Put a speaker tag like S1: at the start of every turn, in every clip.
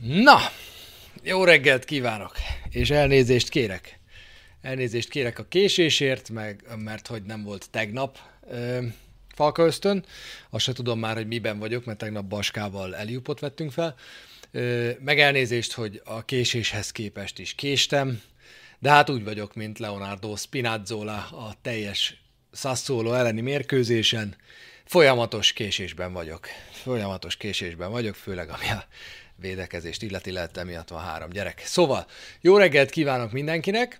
S1: Na, jó reggelt kívánok, és elnézést kérek. Elnézést kérek a késésért, mert hogy nem volt tegnap Falka Ösztön. Azt se tudom már, hogy miben vagyok, mert tegnap Baskával Eliupot vettünk fel. Meg elnézést, hogy a késéshez képest is késtem, de hát úgy vagyok, mint Leonardo Spinazzola a teljes Sassuolo elleni mérkőzésen. Folyamatos késésben vagyok. Folyamatos késésben vagyok, főleg ami a védekezést illeti, lehet emiatt van 3 gyerek. Szóval, jó reggelt kívánok mindenkinek!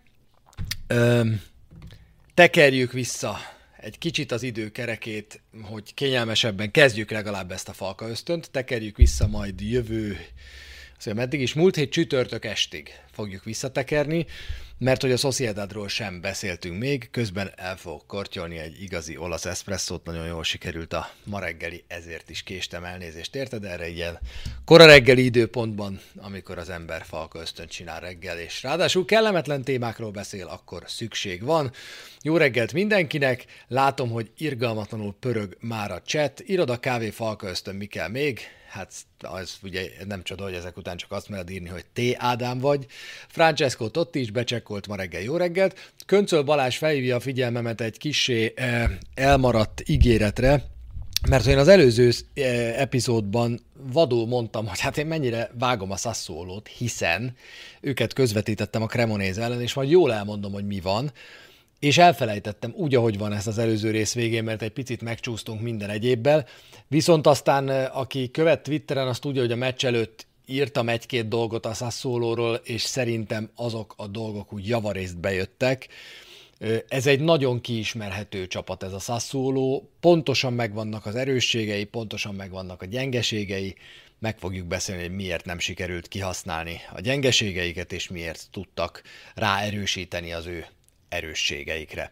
S1: Tekerjük vissza egy kicsit az idő kerekét, hogy kényelmesebben kezdjük legalább ezt a Falka Ösztönt, tekerjük vissza majd jövő, szóval meddig is, múlt hét csütörtök estig fogjuk visszatekerni, mert hogy a Sociedadról sem beszéltünk még, közben el fogok kortyolni egy igazi olasz eszpresszót, nagyon jól sikerült a ma reggeli, ezért is késtem, elnézést érted, erre ilyen kora reggeli időpontban, amikor az ember Falka Ösztönt csinál reggel, és ráadásul kellemetlen témákról beszél, akkor szükség van. Jó reggelt mindenkinek, látom, hogy irgalmatlanul pörög már a chat, iroda, kávé, Falka Ösztön, mi kell még? Hát az ugye nem csoda, hogy ezek után csak azt mered írni, hogy T. Ádám vagy. Francesco Totti is becsekkolt ma reggel, jó reggelt. Köncöl Balázs felhívja a figyelmemet egy kissé elmaradt ígéretre, mert én az előző epizódban vadul mondtam, hogy hát én mennyire vágom a Sassuolót, hiszen őket közvetítettem a Cremonese ellen, és majd jól elmondom, hogy mi van. És elfelejtettem úgy, ahogy van ezt az előző rész végén, mert egy picit megcsúsztunk minden egyébbel. Viszont aztán, aki követ Twitteren, azt tudja, hogy a meccs előtt írtam egy-két dolgot a Sassuolóról, és szerintem azok a dolgok úgy javarészt bejöttek. Ez egy nagyon kiismerhető csapat ez a Sassuolo, pontosan megvannak az erősségei, pontosan megvannak a gyengeségei, meg fogjuk beszélni, hogy miért nem sikerült kihasználni a gyengeségeiket, és miért tudtak ráerősíteni az ő erősségeikre.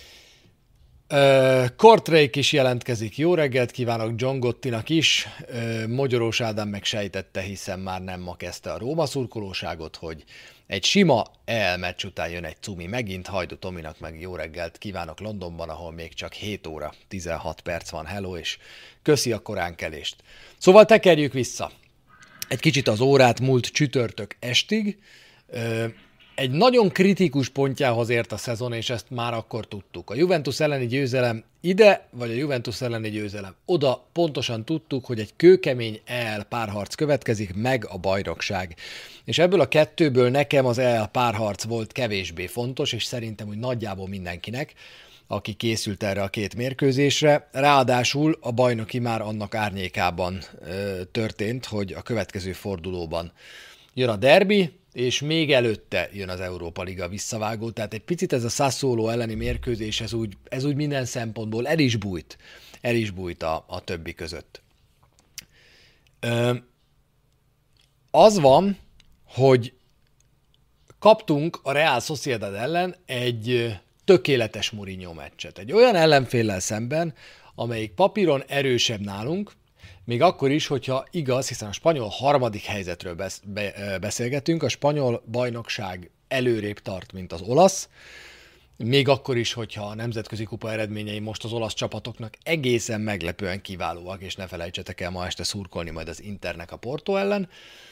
S1: Kortrék is jelentkezik. Jó reggelt kívánok John Gottinak is. Mogyorós Ádám meg sejtette, hiszen már nem ma kezdte a Róma szurkolóságot, hogy egy sima EL meccs után jön egy cumi megint. Hajdu Tominak meg jó reggelt kívánok Londonban, ahol még csak 7 óra 16 perc van. Hello, és köszi a koránkelést. Szóval tekerjük vissza egy kicsit az órát múlt csütörtök estig. Egy nagyon kritikus pontjához ért a szezon, és ezt már akkor tudtuk. A Juventus elleni győzelem ide, vagy a Juventus elleni győzelem oda, pontosan tudtuk, hogy egy kőkemény EL párharc következik, meg a bajnokság. És ebből a kettőből nekem az EL párharc volt kevésbé fontos, és szerintem úgy nagyjából mindenkinek, aki készült erre a két mérkőzésre. Ráadásul a bajnoki már annak árnyékában történt, hogy a következő fordulóban jön a derbi, és még előtte jön az Európa Liga visszavágó, tehát egy picit ez a Sassuolo elleni mérkőzés, ez úgy minden szempontból el is bújt a többi között. Az van, hogy kaptunk a Real Sociedad ellen egy tökéletes Mourinho meccset. Egy olyan ellenféllel szemben, amelyik papíron erősebb nálunk, még akkor is, hogyha igaz, hiszen a spanyol harmadik helyzetről beszélgetünk, a spanyol bajnokság előrébb tart, mint az olasz, még akkor is, hogyha a nemzetközi kupa eredményei most az olasz csapatoknak egészen meglepően kiválóak, és ne felejtsetek el ma este szurkolni majd az Internek a Porto ellen.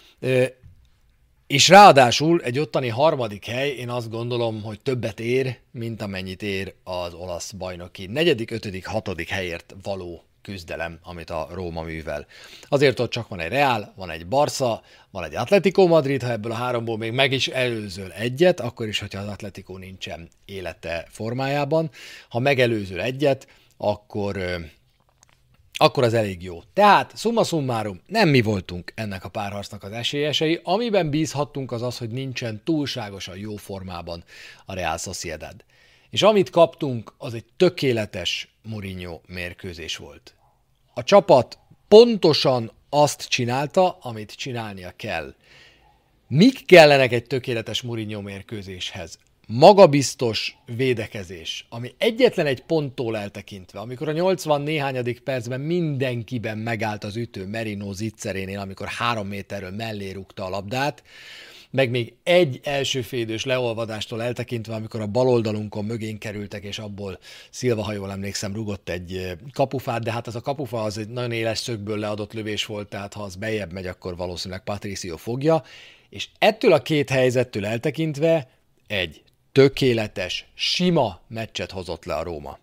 S1: És ráadásul egy ottani harmadik hely, én azt gondolom, hogy többet ér, mint amennyit ér az olasz bajnoki 4., 5., 6. helyért való küzdelem, amit a Róma művel. Azért ott csak van egy Real, van egy Barca, van egy Atletico Madrid, ha ebből a 3-ból még meg is előzöl egyet, akkor is, hogyha az Atletico nincsen élete formájában. Ha megelőzöl egyet, akkor az elég jó. Tehát, summa summarum, nem mi voltunk ennek a párharcnak az esélyesei, amiben bízhattunk az az, hogy nincsen túlságosan jó formában a Real Sociedad. És amit kaptunk, az egy tökéletes Mourinho mérkőzés volt. A csapat pontosan azt csinálta, amit csinálnia kell. Mik kellenek egy tökéletes Mourinho mérkőzéshez? Magabiztos védekezés, ami egyetlen egy ponttól eltekintve, amikor a 80 néhányadik percben mindenkiben megállt az ütő Merino Zicserénél, amikor 3 méterről mellé rúgta a labdát, meg még egy első félidős leolvadástól eltekintve, amikor a bal oldalunkon mögén kerültek, és abból Silva, ha jól emlékszem, rugott egy kapufát, de hát az a kapufa az egy nagyon éles szögből leadott lövés volt, tehát ha az bejjebb megy, akkor valószínűleg Patricio fogja, és ettől a két helyzettől eltekintve egy tökéletes, sima meccset hozott le a Róma.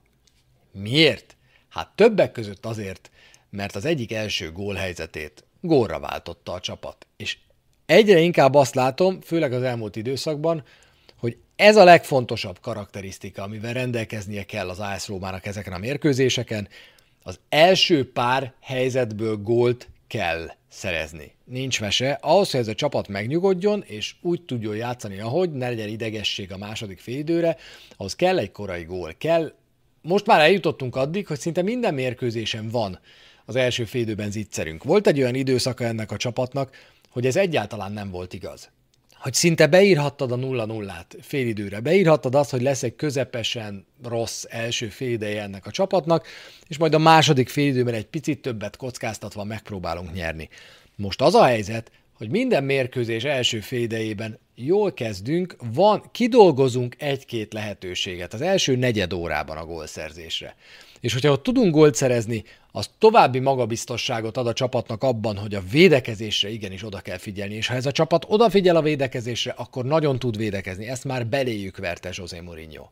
S1: Miért? Hát többek között azért, mert az egyik első gólhelyzetét gólra váltotta a csapat. És egyre inkább azt látom, főleg az elmúlt időszakban, hogy ez a legfontosabb karakterisztika, amivel rendelkeznie kell az AS Rómának ezeken a mérkőzéseken, az első pár helyzetből gólt kell szerezni. Nincs mese. Ahhoz, hogy ez a csapat megnyugodjon, és úgy tudjon játszani, ahogy, ne legyen idegesség a második félidőre, ahhoz kell egy korai gól. Most már eljutottunk addig, hogy szinte minden mérkőzésen van az első félidőben zicserünk. Volt egy olyan időszaka ennek a csapatnak, hogy ez egyáltalán nem volt igaz. Hogy szinte beírhattad a 0-0-át félidőre, beírhattad azt, hogy lesz egy közepesen rossz első félideje ennek a csapatnak, és majd a második félidőben egy picit többet kockáztatva megpróbálunk nyerni. Most az a helyzet, hogy minden mérkőzés első félidejében jól kezdünk, kidolgozunk egy-két lehetőséget az első negyed órában a gólszerzésre. És hogyha ott tudunk gólt szerezni, az további magabiztosságot ad a csapatnak abban, hogy a védekezésre igenis oda kell figyelni, és ha ez a csapat odafigyel a védekezésre, akkor nagyon tud védekezni. Ezt már beléjük verte José Mourinho.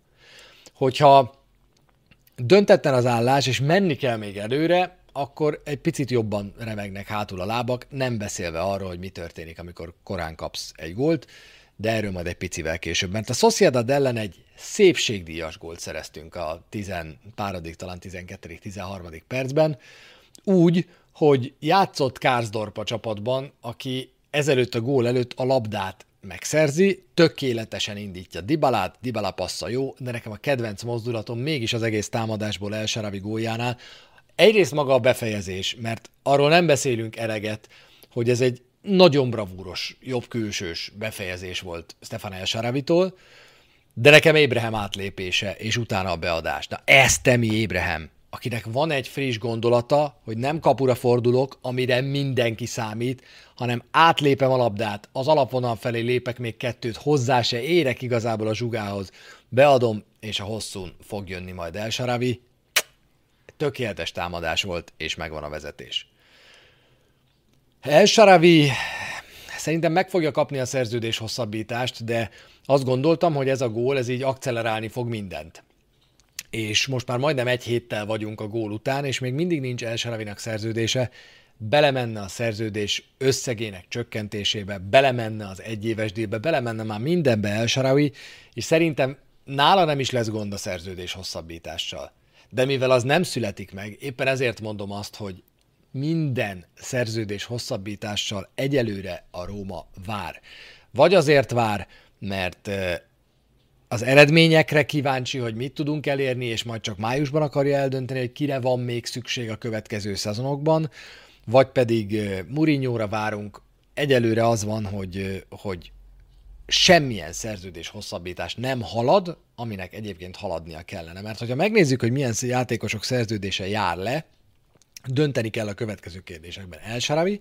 S1: Hogyha döntetlen az állás, és menni kell még előre, akkor egy picit jobban remegnek hátul a lábak, nem beszélve arról, hogy mi történik, amikor korán kapsz egy gólt, de erről majd egy picivel később. Mert a Sociedad ellen egy szépségdíjas gólt szereztünk a talán 12., 13. percben, úgy, hogy játszott Karsdorp a csapatban, aki ezelőtt a gól előtt a labdát megszerzi, tökéletesen indítja Dybalát, Dybala passza jó, de nekem a kedvenc mozdulatom mégis az egész támadásból El Shaarawy góljánál egyrészt maga a befejezés, mert arról nem beszélünk eleget, hogy ez egy nagyon bravúros, jobb külsős befejezés volt Stefan El Shaarawytól, de nekem Abraham átlépése, és utána a beadás. Na ez Tammy Abraham, akinek van egy friss gondolata, hogy nem kapura fordulok, amire mindenki számít, hanem átlépem a labdát, az alapvonal felé lépek még kettőt, hozzá se érek igazából a zsugához, beadom, és a hosszún fog jönni majd El Shaarawy. Tökéletes támadás volt, és megvan a vezetés. El Shaarawy szerintem meg fogja kapni a szerződés hosszabbítást, de azt gondoltam, hogy ez a gól, ez így akcelerálni fog mindent. És most már majdnem egy héttel vagyunk a gól után, és még mindig nincs El Shaarawynak szerződése, belemenne a szerződés összegének csökkentésébe, belemenne az egyéves díjba, belemenne már mindenbe El Shaarawy, és szerintem nála nem is lesz gond a szerződés hosszabbítással. De mivel az nem születik meg, éppen ezért mondom azt, hogy minden szerződés hosszabbítással egyelőre a Róma vár. Vagy azért vár, mert az eredményekre kíváncsi, hogy mit tudunk elérni, és majd csak májusban akarja eldönteni, hogy kire van még szükség a következő szezonokban, vagy pedig Mourinhóra várunk. Egyelőre az van, hogy semmilyen szerződés hosszabbítás nem halad, aminek egyébként haladnia kellene. Mert hogyha megnézzük, hogy milyen játékosok szerződése jár le, dönteni kell a következő kérdésekben. El Shaarawy,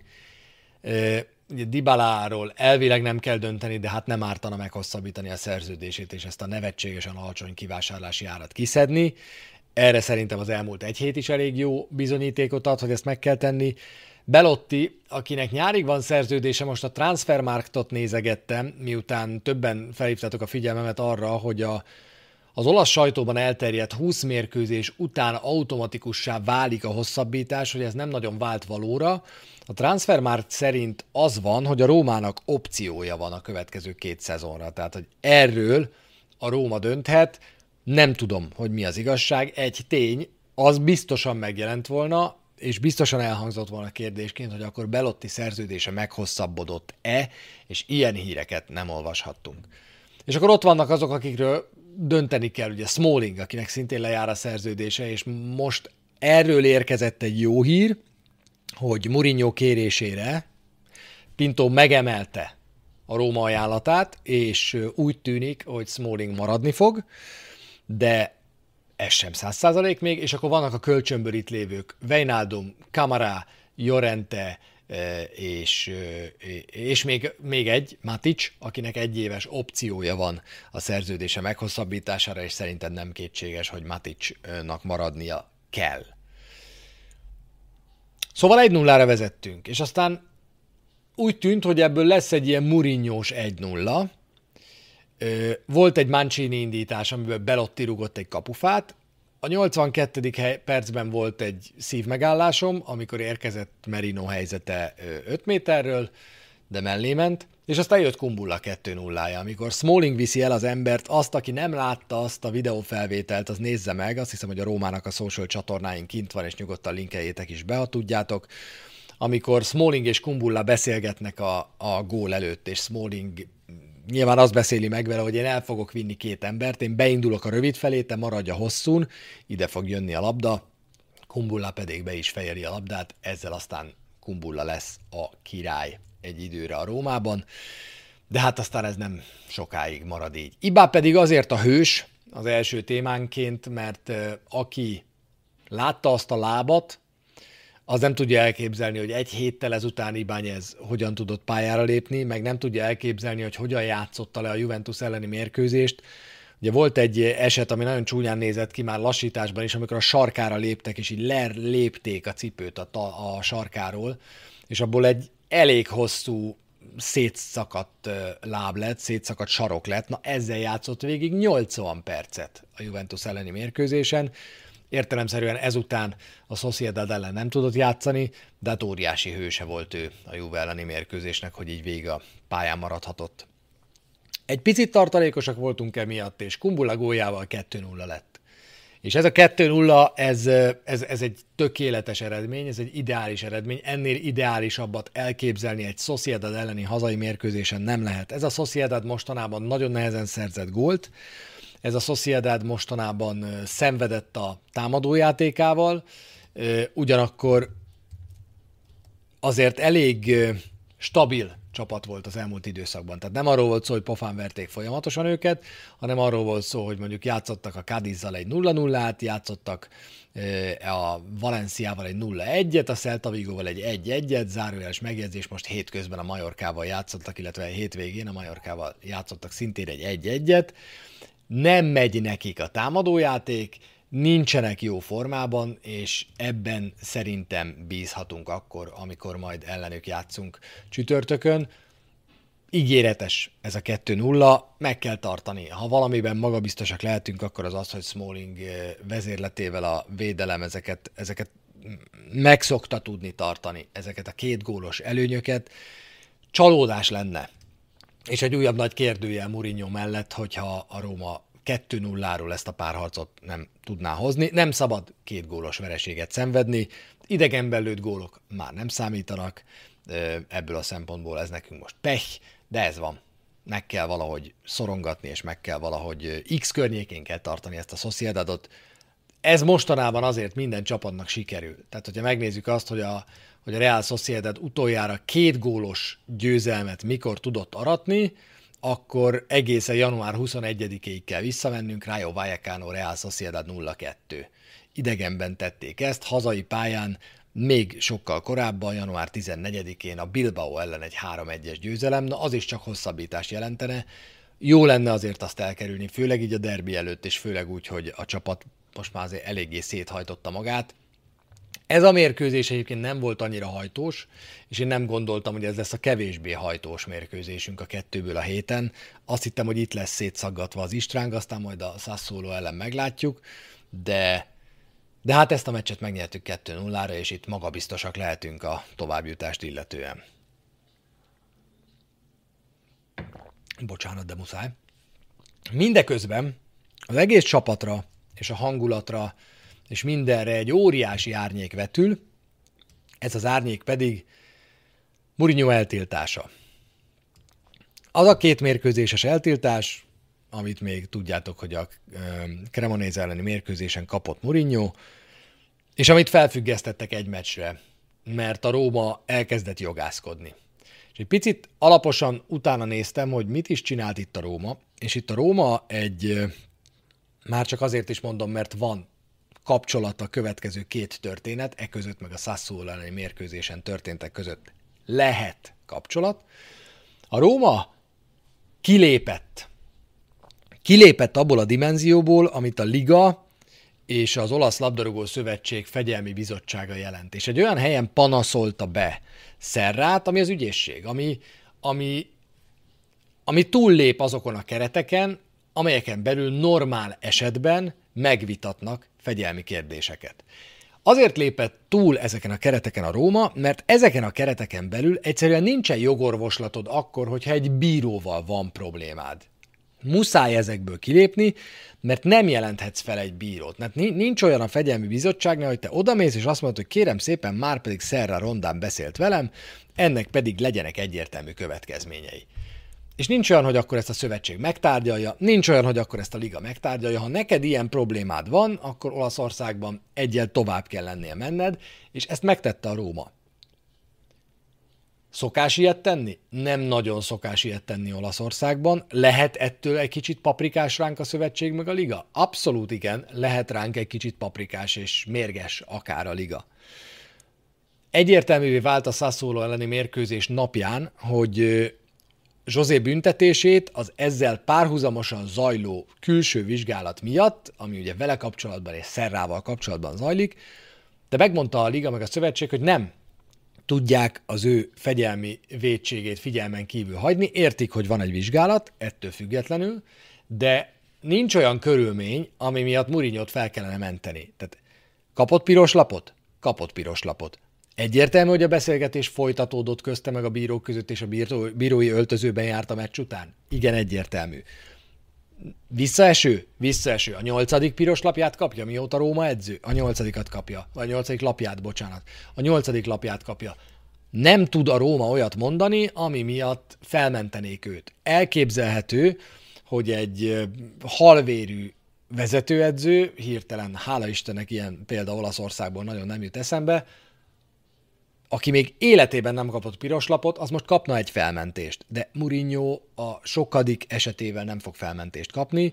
S1: Dybaláról elvileg nem kell dönteni, de hát nem ártana meghosszabbítani a szerződését, és ezt a nevetségesen alacsony kivásárlási árat kiszedni. Erre szerintem az elmúlt egy hét is elég jó bizonyítékot ad, hogy ezt meg kell tenni. Belotti, akinek nyárig van szerződése, most a Transfermarktot nézegettem, miután többen felhívtátok a figyelmemet arra, hogy az olasz sajtóban elterjedt 20 mérkőzés után automatikussá válik a hosszabbítás, hogy ez nem nagyon vált valóra. A Transfermarkt szerint az van, hogy a Rómának opciója van a következő 2 szezonra. Tehát, hogy erről a Róma dönthet, nem tudom, hogy mi az igazság. Egy tény, az biztosan megjelent volna, és biztosan elhangzott volna kérdésként, hogy akkor Belotti szerződése meghosszabbodott-e, és ilyen híreket nem olvashattunk. És akkor ott vannak azok, akikről dönteni kell, ugye Smalling, akinek szintén lejár a szerződése, és most erről érkezett egy jó hír, hogy Mourinho kérésére Pinto megemelte a Róma ajánlatát, és úgy tűnik, hogy Smalling maradni fog, de ez sem 100% még, és akkor vannak a kölcsönből itt lévők, Wijnaldum, Camara, Llorente, és még egy, Matic, akinek 1 éves opciója van a szerződése meghosszabbítására, és szerintem nem kétséges, hogy Maticnak maradnia kell. Szóval 1-0-ra vezettünk, és aztán úgy tűnt, hogy ebből lesz egy ilyen Mourinho-s 1-0. Volt egy Mancini indítás, amiből Belotti rúgott egy kapufát. A 82. percben volt egy szívmegállásom, amikor érkezett Merino helyzete 5 méterről, de mellé ment, és aztán jött Kumbulla 2-0-ja, amikor Smalling viszi el az embert, azt, aki nem látta azt a videófelvételt, az nézze meg, azt hiszem, hogy a Rómának a social csatornáin kint van, és nyugodtan linkeljétek is be, ha tudjátok, amikor Smalling és Kumbulla beszélgetnek a gól előtt, és Smalling nyilván azt beszéli meg vele, hogy én el fogok vinni 2 embert, én beindulok a rövid felé, te maradj a hosszún, ide fog jönni a labda, Kumbulla pedig be is fejeli a labdát, ezzel aztán Kumbulla lesz a király egy időre a Rómában, de hát aztán ez nem sokáig marad így. Ibá pedig azért a hős az első témánként, mert aki látta azt a lábat, az nem tudja elképzelni, hogy 1 héttel ezután Ibáñez hogyan tudott pályára lépni, meg nem tudja elképzelni, hogy hogyan játszotta le a Juventus elleni mérkőzést. Ugye volt egy eset, ami nagyon csúnyán nézett ki már lassításban is, amikor a sarkára léptek, és így lelépték a cipőt a sarkáról, és abból egy elég hosszú szétszakadt láb lett, szétszakadt sarok lett. Na ezzel játszott végig 80 percet a Juventus elleni mérkőzésen. Értelemszerűen ezután a Sociedad ellen nem tudott játszani, de hát óriási hőse volt ő a Juve elleni mérkőzésnek, hogy így végig a pályán maradhatott. Egy picit tartalékosak voltunk emiatt, és Kumbulla góljával 2-0 lett. És ez a 2-0, ez egy tökéletes eredmény, ez egy ideális eredmény, ennél ideálisabbat elképzelni egy Sociedad elleni hazai mérkőzésen nem lehet. Ez a Sociedad mostanában nagyon nehezen szerzett gólt, ez a Sociedad mostanában szenvedett a támadójátékával, ugyanakkor azért elég stabil csapat volt az elmúlt időszakban. Tehát nem arról volt szó, hogy pofán verték folyamatosan őket, hanem arról volt szó, hogy mondjuk játszottak a Cádizzal egy 0-0-át, játszottak a Valenciával egy 0-1-et, a Celta Vigóval egy 1-1-et, zárójeles megjegyzés, most hétközben a Mallorcával játszottak, illetve hétvégén a Mallorcával játszottak szintén egy 1-1-et. Nem megy nekik a támadójáték, nincsenek jó formában, és ebben szerintem bízhatunk akkor, amikor majd ellenük játszunk csütörtökön. Ígéretes ez a 2-0, meg kell tartani. Ha valamiben magabiztosak lehetünk, akkor az az, hogy Smalling vezérletével a védelem ezeket meg szokta tudni tartani, ezeket a 2 gólos előnyöket. Csalódás lenne, és egy újabb nagy kérdőjel Mourinho mellett, hogyha a Róma 2-0-ról ezt a párharcot nem tudná hozni. Nem szabad 2 gólos vereséget szenvedni, idegenben lőtt gólok már nem számítanak, ebből a szempontból ez nekünk most pech, de ez van. Meg kell valahogy szorongatni, és meg kell valahogy X környékén kell tartani ezt a Sociedadot. Ez mostanában azért minden csapatnak sikerül. Tehát, hogyha megnézzük azt, hogy a Real Sociedad utoljára 2 gólos győzelmet mikor tudott aratni, akkor egészen január 21-ig kell visszamennünk, Rayo Vallecano Real Sociedad 0-2. Idegenben tették ezt, hazai pályán még sokkal korábban, január 14-én a Bilbao ellen egy 3-1-es győzelem, na az is csak hosszabbítást jelentene. Jó lenne azért azt elkerülni, főleg így a derbi előtt, és főleg úgy, hogy a csapat most már azért eléggé széthajtotta magát. Ez a mérkőzés egyébként nem volt annyira hajtós, és én nem gondoltam, hogy ez lesz a kevésbé hajtós mérkőzésünk a 2-ből a héten. Azt hittem, hogy itt lesz szétszaggatva az Istráng, aztán majd a Sassuolo ellen meglátjuk, de hát ezt a meccset megnyertük 2-0-ra, és itt magabiztosak lehetünk a továbbjutást illetően. Bocsánat, de muszáj. Mindeközben az egész csapatra és a hangulatra és mindenre egy óriási árnyék vetül, ez az árnyék pedig Mourinho eltiltása. Az a 2 mérkőzéses eltiltás, amit még tudjátok, hogy a Cremonese elleni mérkőzésen kapott Mourinho, és amit felfüggesztettek egy meccsre, mert a Róma elkezdett jogászkodni. És egy picit alaposan utána néztem, hogy mit is csinált itt a Róma, és itt a Róma már csak azért is mondom, mert van kapcsolata a következő 2 történet, között meg a Sassuolo elleni mérkőzésen történtek között lehet kapcsolat. A Róma kilépett abból a dimenzióból, amit a Liga és az Olasz Labdarúgó Szövetség Fegyelmi Bizottsága jelent. És egy olyan helyen panaszolta be Serrát, ami az ügyészség, ami túllép azokon a kereteken, amelyeken belül normál esetben megvitatnak fegyelmi kérdéseket. Azért lépett túl ezeken a kereteken a Róma, mert ezeken a kereteken belül egyszerűen nincsen jogorvoslatod akkor, hogyha egy bíróval van problémád. Muszáj ezekből kilépni, mert nem jelenthetsz fel egy bírót. Mert nincs olyan a fegyelmi bizottságnál, hogy te odamész, és azt mondod, hogy kérem szépen, már pedig Serra rondán beszélt velem, ennek pedig legyenek egyértelmű következményei. És nincs olyan, hogy akkor ezt a szövetség megtárgyalja, nincs olyan, hogy akkor ezt a liga megtárgyalja. Ha neked ilyen problémád van, akkor Olaszországban egyel tovább kell lennie menned, és ezt megtette a Róma. Szokás ilyet tenni? Nem nagyon szokás ilyet tenni Olaszországban. Lehet ettől egy kicsit paprikás ránk a szövetség meg a liga? Abszolút igen, lehet ránk egy kicsit paprikás és mérges akár a liga. Egyértelművé vált a Sassuolo elleni mérkőzés napján, hogy José büntetését az ezzel párhuzamosan zajló külső vizsgálat miatt, ami ugye vele kapcsolatban és Serrával kapcsolatban zajlik, de megmondta a liga meg a szövetség, hogy nem tudják az ő fegyelmi vétségét figyelmen kívül hagyni, értik, hogy van egy vizsgálat, ettől függetlenül, de nincs olyan körülmény, ami miatt Mourinhót fel kellene menteni. Tehát kapott piros lapot? Kapott piros lapot. Egyértelmű, hogy a beszélgetés folytatódott közte meg a bírók között, és a bírói öltözőben járt a meccs után? Igen, egyértelmű. Visszaeső? Visszaeső. A 8. piros lapját kapja, mióta Róma edző? A 8. kapja. Vagy a 8. lapját, bocsánat. A 8. lapját kapja. Nem tud a Róma olyat mondani, ami miatt felmentenék őt. Elképzelhető, hogy egy halvérű vezetőedző, hirtelen, hála Istennek ilyen példa Olaszországból nagyon nem jut eszembe, aki még életében nem kapott piros lapot, az most kapna egy felmentést. De Mourinho a sokadik esetével nem fog felmentést kapni.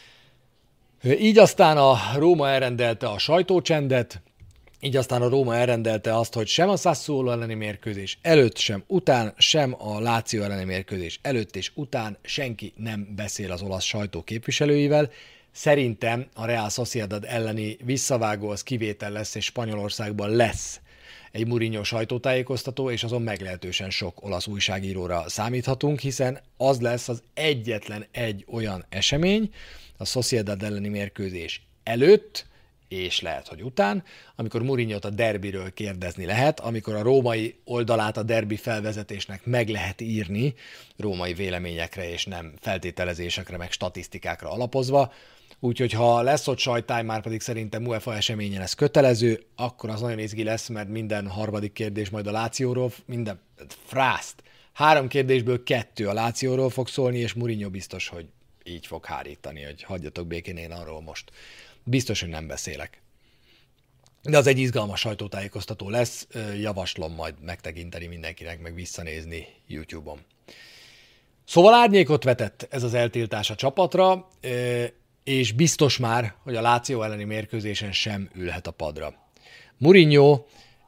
S1: Így aztán a Róma elrendelte a sajtócsendet, így aztán a Róma elrendelte azt, hogy sem a Sassuolo elleni mérkőzés előtt, sem után, sem a Lazio elleni mérkőzés előtt és után senki nem beszél az olasz sajtó képviselőivel. Szerintem a Real Sociedad elleni visszavágó az kivétel lesz, és Spanyolországban lesz egy Mourinho sajtótájékoztató, és azon meglehetősen sok olasz újságíróra számíthatunk, hiszen az lesz az egyetlen egy olyan esemény a Sociedad elleni mérkőzés előtt, és lehet, hogy után, amikor Mourinhót a derbiről kérdezni lehet, amikor a római oldalát a derbi felvezetésnek meg lehet írni római véleményekre és nem feltételezésekre, meg statisztikákra alapozva. Úgyhogy ha lesz ott sajtály, már pedig szerintem UEFA eseményen ez kötelező, akkor az nagyon izgi lesz, mert minden harmadik kérdés majd a Lációról, minden frászt. 3 kérdésből 2 a Lációról fog szólni, és Mourinho biztos, hogy így fog hárítani, hogy hagyjatok békén, én arról most biztos, hogy nem beszélek. De az egy izgalmas sajtótájékoztató lesz, javaslom majd megtekinteni mindenkinek, meg visszanézni YouTube-on. Szóval árnyékot vetett ez az eltiltás a csapatra, és biztos már, hogy a Lazio elleni mérkőzésen sem ülhet a padra. Mourinho,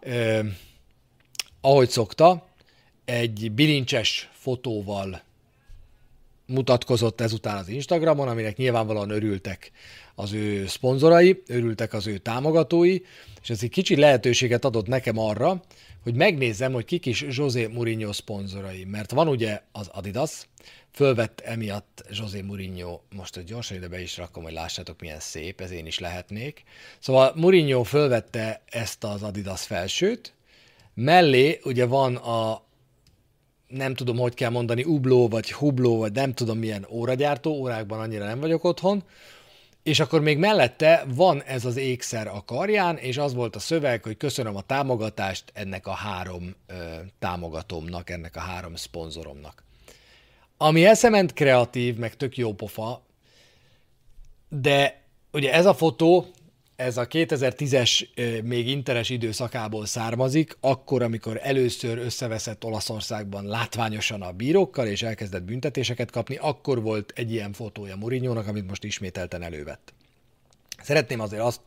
S1: ahogy szokta, egy bilincses fotóval mutatkozott ezután az Instagramon, aminek nyilvánvalóan örültek az ő szponzorai, örültek az ő támogatói, és ez egy kicsi lehetőséget adott nekem arra, hogy megnézzem, hogy kik is José Mourinho szponzorai. Mert van ugye az Adidas, fölvett emiatt José Mourinho, most hogy gyorsan ide be is rakom, hogy lássátok milyen szép, ez én is lehetnék. Szóval Mourinho fölvette ezt az Adidas felsőt, mellé ugye van a nem tudom, hogy kell mondani, Hublot, vagy Hublot, vagy nem tudom milyen óragyártó, órákban annyira nem vagyok otthon, és akkor még mellette van ez az ékszer a karján, és az volt a szöveg, hogy köszönöm a támogatást ennek a 3 támogatómnak, ennek a 3 szponzoromnak. Ami eszement kreatív, meg tök jó pofa, de ugye ez a fotó, ez a 2010-es még interes időszakából származik, akkor, amikor először összeveszett Olaszországban látványosan a bírókkal, és elkezdett büntetéseket kapni, akkor volt egy ilyen fotója Mourinhónak, amit most ismételten elővett. Szeretném azért azt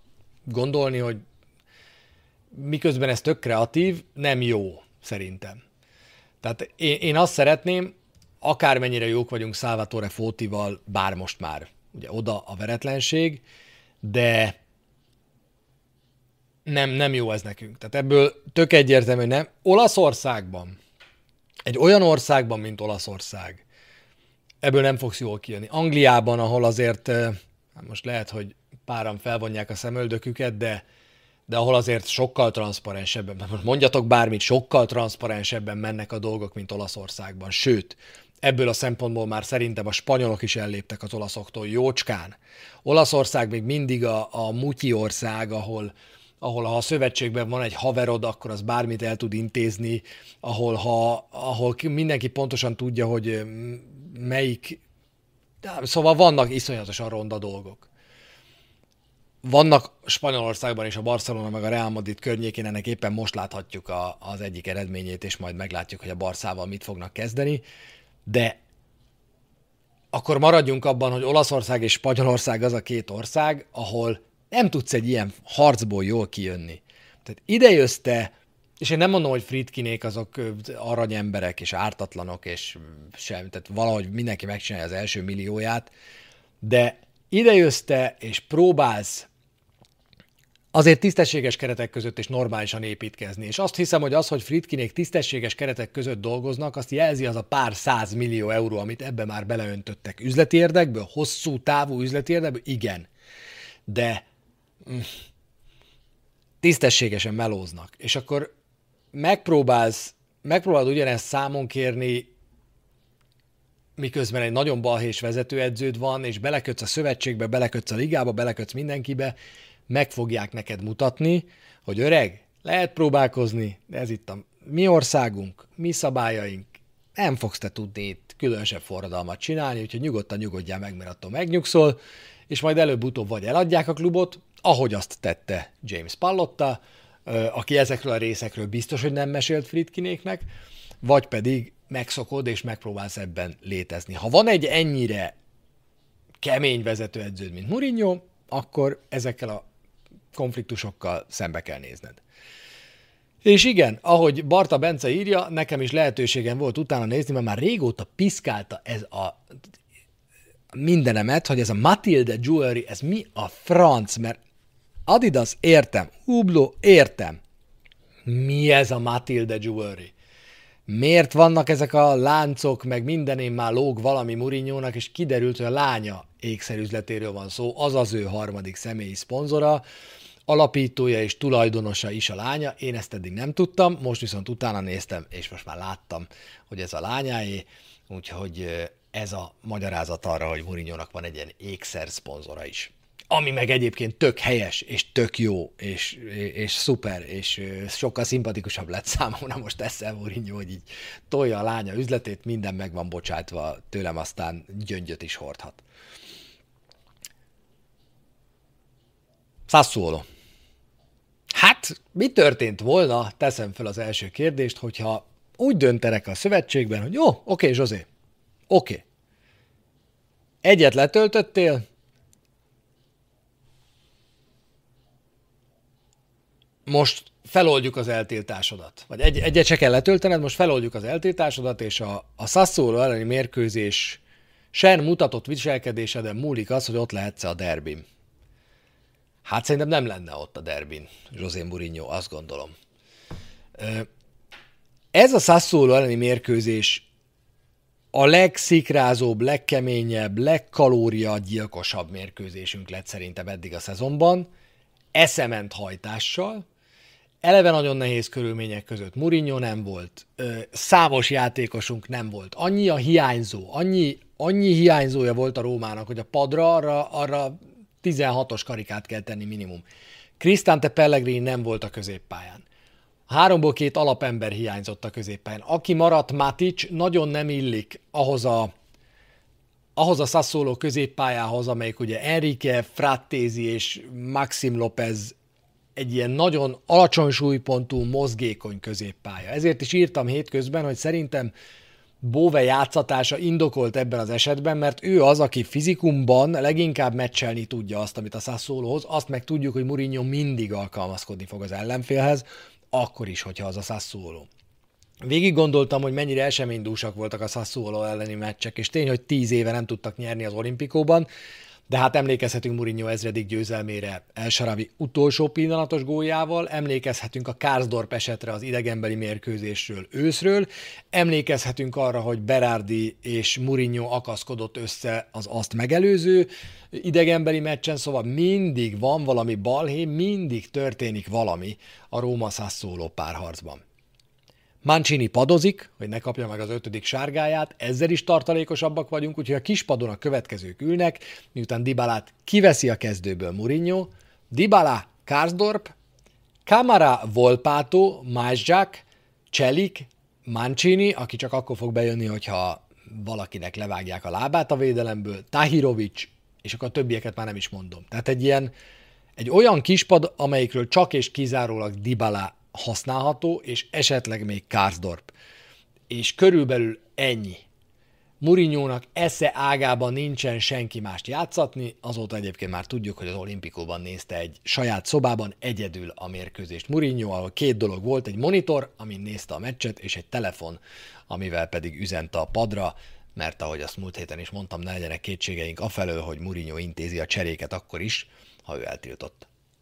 S1: gondolni, hogy miközben ez tök kreatív, nem jó, szerintem. Tehát én azt szeretném, akármennyire jók vagyunk Salvatore Fótival, bár most már ugye oda a veretlenség, de nem jó ez nekünk. Tehát ebből tök egyértelmű, hogy nem. Olaszországban, egy olyan országban, mint Olaszország, ebből nem fogsz jól kijönni. Angliában, ahol azért, most lehet, hogy páran felvonják a szemöldöküket, de ahol azért sokkal transzparensebben, most mondjatok bármit, sokkal transzparensebben mennek a dolgok, mint Olaszországban. Sőt, ebből a szempontból már szerintem a spanyolok is elléptek az olaszoktól jócskán. Olaszország még mindig a mutyi ország, ahol ha a szövetségben van egy haverod, akkor az bármit el tud intézni, ahol mindenki pontosan tudja, hogy melyik... Szóval vannak iszonyatosan ronda dolgok. Vannak Spanyolországban is a Barcelona meg a Real Madrid környékén, ennek éppen most láthatjuk az egyik eredményét, és majd meglátjuk, hogy a Barszával mit fognak kezdeni, de akkor maradjunk abban, hogy Olaszország és Spanyolország az a két ország, ahol nem tudsz egy ilyen harcból jól kijönni. Tehát idejössz te, és én nem mondom, hogy Friedkinék azok aranyemberek és ártatlanok, és sem, tehát valahogy mindenki megcsinálja az első millióját, de idejössz te, és próbálsz azért tisztességes keretek között és normálisan építkezni. És azt hiszem, hogy az, hogy Friedkinék tisztességes keretek között dolgoznak, azt jelzi az a pár 100 millió euró, amit ebbe már beleöntöttek üzleti érdekből, hosszú távú üzleti érdekből, igen. De tisztességesen melóznak. És akkor megpróbálod ugyanezt számon kérni, miközben egy nagyon balhés vezetőedződ van, és belekötsz a szövetségbe, belekötsz a ligába, belekötsz mindenkibe, meg fogják neked mutatni, hogy öreg, lehet próbálkozni, de ez itt a mi országunk, mi szabályaink, nem fogsz te tudni itt különösebb forradalmat csinálni, úgyhogy nyugodtan nyugodjál meg, mert attól megnyugszol, és majd előbb-utóbb vagy eladják a klubot, ahogy azt tette James Pallotta, aki ezekről a részekről biztos, hogy nem mesélt Friedkinéknek, vagy pedig megszokod és megpróbálsz ebben létezni. Ha van egy ennyire kemény vezetőedződ, mint Mourinho, akkor ezekkel a konfliktusokkal szembe kell nézned. És igen, ahogy Barta Bence írja, nekem is lehetőségem volt utána nézni, mert már régóta piszkálta ez a mindenemet, hogy ez a Matilde Jewelry, ez mi a franc, mert Adidas értem, Hublot értem. Mi ez a Matilde Jewelry? Miért vannak ezek a láncok, meg mindenén már lóg valami Mourinhónak, és kiderült, hogy a lánya ékszerüzletéről van szó, az az ő harmadik személyi szponzora, alapítója és tulajdonosa is a lánya, én ezt eddig nem tudtam, most viszont utána néztem, és most már láttam, hogy ez a lányáé, úgyhogy ez a magyarázat arra, hogy Mourinhónak van egy ilyen ékszer szponzora is. Ami meg egyébként tök helyes, és tök jó, és szuper, és sokkal szimpatikusabb lett számomra most ezzel Mourinho, hogy így tolja a lánya üzletét, minden meg van bocsátva tőlem, aztán gyöngyöt is hordhat. Sassuolo. Hát, mi történt volna, teszem fel az első kérdést, hogyha úgy döntenek a szövetségben, hogy jó, oké, José, oké. Egyet letöltöttél, most feloldjuk az eltiltásodat. Vagy egyet se kell letöltened, most feloldjuk az eltiltásodat, és a Sassuolo elleni mérkőzés sen mutatott viselkedéseden múlik az, hogy ott lehetsz a derbin. Hát szerintem nem lenne ott a derbin José Mourinho, azt gondolom. Ez a Sassuolo elleni mérkőzés a legszikrázóbb, legkeményebb, legkalóriagyilkosabb mérkőzésünk lett szerintem eddig a szezonban, eszement hajtással, eleve nagyon nehéz körülmények között Mourinho nem volt, számos játékosunk nem volt, annyi a hiányzó, annyi hiányzója volt a Rómának, hogy a padra arra 16-os karikát kell tenni minimum. Cristante Pellegrini nem volt a középpályán. 3-ból 2 alapember hiányzott a középpályán. Aki maradt, Matic, nagyon nem illik ahhoz a Sassuolo középpályához, amelyik ugye Enrique, Frattesi és Maxim López egy ilyen nagyon alacsony súlypontú, mozgékony középpálya. Ezért is írtam hétközben, hogy szerintem Bove játszatása indokolt ebben az esetben, mert ő az, aki fizikumban leginkább meccselni tudja azt, amit a Sassuolohoz, azt meg tudjuk, hogy Mourinho mindig alkalmazkodni fog az ellenfélhez, akkor is, hogyha az a Sassuolo. Végig gondoltam, hogy mennyire eseménydúsak voltak a Sassuolo elleni meccsek, és tény, hogy 10 éve nem tudtak nyerni az Olimpikóban, de hát emlékezhetünk Mourinho ezredik győzelmére El Shaarawy utolsó pillanatos góljával, emlékezhetünk a Karsdorp esetre az idegenbeli mérkőzésről őszről, emlékezhetünk arra, hogy Berardi és Mourinho akaszkodott össze az azt megelőző idegenbeli meccsen, szóval mindig van valami balhé, mindig történik valami a Róma-Sassuolo párharcban. Mancini padozik, hogy ne kapja meg az 5. sárgáját, ezzel is tartalékosabbak vagyunk, úgyhogy a kispadon a következők ülnek, miután Dybalát kiveszi a kezdőből Mourinho, Dybala, Karsdorp, Camara, Volpato, Majszczak, Celik, Mancini, aki csak akkor fog bejönni, hogyha valakinek levágják a lábát a védelemből, Tahirovic, és akkor a többieket már nem is mondom. Tehát egy olyan kispad, amelyikről csak és kizárólag Dybala használható, és esetleg még Karsdorp. És körülbelül ennyi. Mourinhónak esze ágában nincsen senki mást játszatni, azóta egyébként már tudjuk, hogy az Olimpikóban nézte egy saját szobában egyedül a mérkőzést Mourinho, ahol 2 dolog volt, egy monitor, amin nézte a meccset, és egy telefon, amivel pedig üzente a padra, mert ahogy azt múlt héten is mondtam, ne legyenek kétségeink afelől, hogy Mourinho intézi a cseréket akkor is, ha ő eltiltott.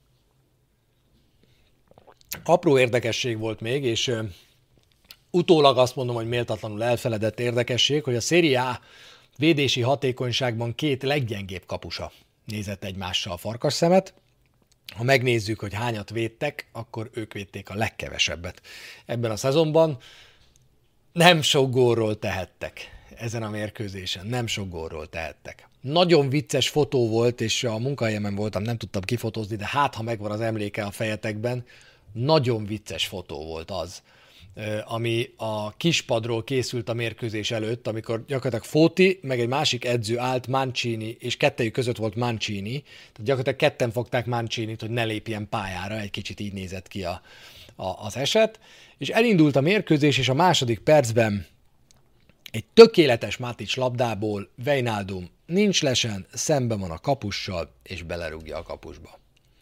S1: Apró érdekesség volt még, és utólag azt mondom, hogy méltatlanul elfeledett érdekesség, hogy a Serie A védési hatékonyságban 2 leggyengébb kapusa nézett egymással farkasszemet. Ha megnézzük, hogy hányat védtek, akkor ők védték a legkevesebbet. Ebben a szezonban nem sok gólról tehettek ezen a mérkőzésen, nem sok gólról tehettek. Nagyon vicces fotó volt, és a munkahelyemen voltam, nem tudtam kifotózni, de hát ha megvan az emléke a fejetekben, nagyon vicces fotó volt az, ami a kispadról készült a mérkőzés előtt, amikor gyakorlatilag Foti, meg egy másik edző állt, Mancini, és kettejük között volt Mancini, tehát gyakorlatilag ketten fogták Mancinit, hogy ne lépjen pályára, egy kicsit így nézett ki az eset, és elindult a mérkőzés, és a második percben egy tökéletes Matic labdából Wijnaldum nincs lesen, szembe van a kapussal, és belerúgja a kapusba.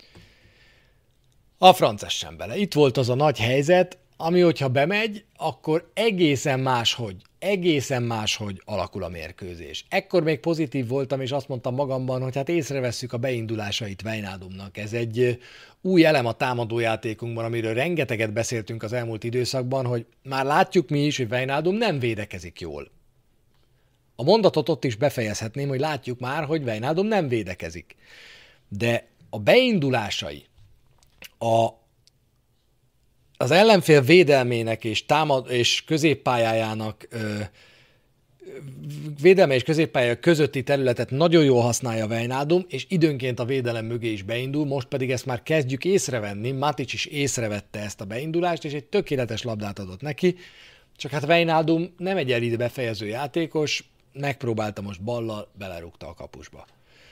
S1: A franc sem bele. Itt volt az a nagy helyzet, ami, hogyha bemegy, akkor egészen máshogy alakul a mérkőzés. Ekkor még pozitív voltam, és azt mondtam magamban, hogy hát észrevesszük a beindulásait Wijnaldumnak. Ez egy új elem a támadójátékunkban, amiről rengeteget beszéltünk az elmúlt időszakban, hogy már látjuk mi is, hogy Wijnaldum nem védekezik jól. A mondatot ott is befejezhetném, hogy látjuk már, hogy Wijnaldum nem védekezik. De a beindulásai, az ellenfél védelmének és középpályájának védelme és középpálya közötti területet nagyon jól használja Wijnaldum, és időnként a védelem mögé is beindul, most pedig ezt már kezdjük észrevenni, Matic is észrevette ezt a beindulást, és egy tökéletes labdát adott neki, csak hát Wijnaldum nem egy elide befejező játékos, megpróbálta most ballal, belerúgta a kapusba.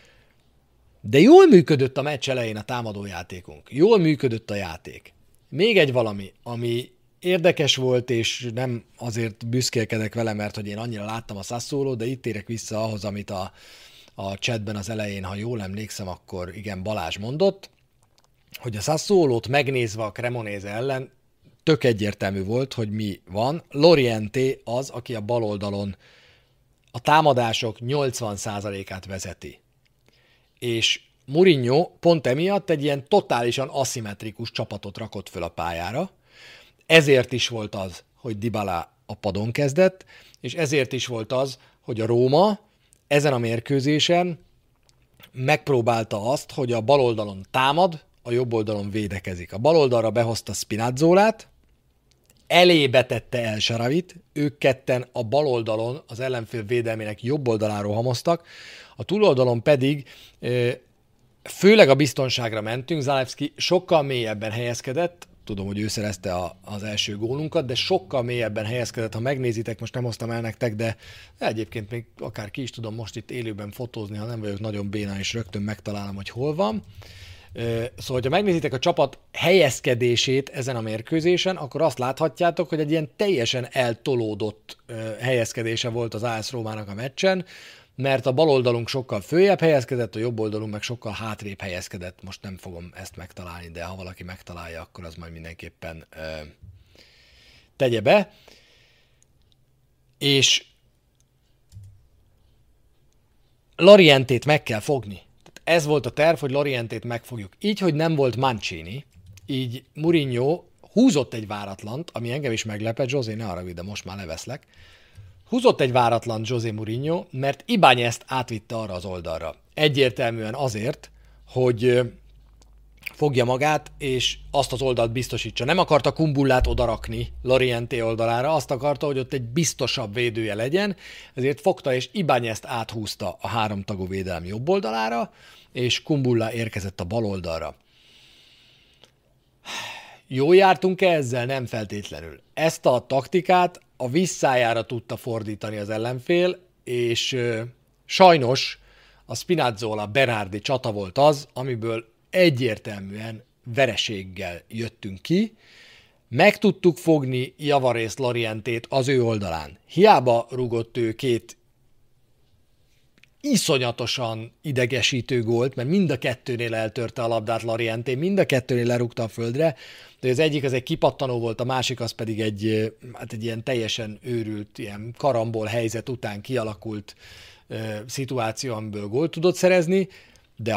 S1: De jól működött a meccs elején a támadójátékunk. Jól működött a játék. Még egy valami, ami érdekes volt, és nem azért büszkélkedek vele, mert hogy én annyira láttam a Sassuolót, de itt érek vissza ahhoz, amit a chatben az elején, ha jól emlékszem, akkor igen, Balázs mondott, hogy a Sassuolót megnézve a Cremonese ellen tök egyértelmű volt, hogy mi van. Loriente az, aki a bal oldalon a támadások 80%-át vezeti. És Mourinho pont emiatt egy ilyen totálisan aszimmetrikus csapatot rakott föl a pályára. Ezért is volt az, hogy Dybala a padon kezdett, és ezért is volt az, hogy a Róma ezen a mérkőzésen megpróbálta azt, hogy a bal oldalon támad, a jobb oldalon védekezik. A bal oldalra behozta Spinazzolát, elébe tette El Shaarawyt, ők ketten a bal oldalon az ellenfél védelmének jobb oldalán rohamoztak, a túloldalon pedig főleg a biztonságra mentünk, Zalewski sokkal mélyebben helyezkedett, tudom, hogy ő szerezte az első gólunkat, de sokkal mélyebben helyezkedett, ha megnézitek, most nem hoztam el nektek, de egyébként még akár ki is tudom most itt élőben fotózni, ha nem vagyok nagyon béna, és rögtön megtalálom, hogy hol van. Szóval, ha megnézitek a csapat helyezkedését ezen a mérkőzésen, akkor azt láthatjátok, hogy egy ilyen teljesen eltolódott helyezkedése volt az AS Rómának a meccsen, mert a bal oldalunk sokkal följebb helyezkedett, a jobb oldalunk meg sokkal hátrébb helyezkedett. Most nem fogom ezt megtalálni, de ha valaki megtalálja, akkor az majd mindenképpen tegye be, és Lorientét meg kell fogni. Tehát ez volt a terv, hogy Lorientét megfogjuk. Így, hogy nem volt Mancini, így Mourinho húzott egy váratlant, ami engem is meglepett, José, ne haragudj, de most már leveszlek. Húzott egy váratlant José Mourinho, mert Ibáñezt átvitte arra az oldalra. Egyértelműen azért, hogy fogja magát, és azt az oldalt biztosítsa. Nem akarta Kumbullát odarakni Lorienté oldalára, azt akarta, hogy ott egy biztosabb védője legyen, ezért fogta és Ibáñezt áthúzta a háromtagú védelmi jobb oldalára, és Kumbulla érkezett a bal oldalra. Jól jártunk-e ezzel? Nem feltétlenül. Ezt a taktikát a visszájára tudta fordítani az ellenfél, és sajnos a Spinazzola-Berardi csata volt az, amiből egyértelműen vereséggel jöttünk ki. Meg tudtuk fogni javarészt Lorientét az ő oldalán. Hiába rúgott ő két iszonyatosan idegesítő gólt, mert mind a kettőnél eltörte a labdát Lorienté, mind a kettőnél lerúgta a földre, de az egyik az egy kipattanó volt, a másik az pedig egy ilyen teljesen őrült, ilyen karambol helyzet után kialakult szituáció, amiből gólt tudott szerezni, de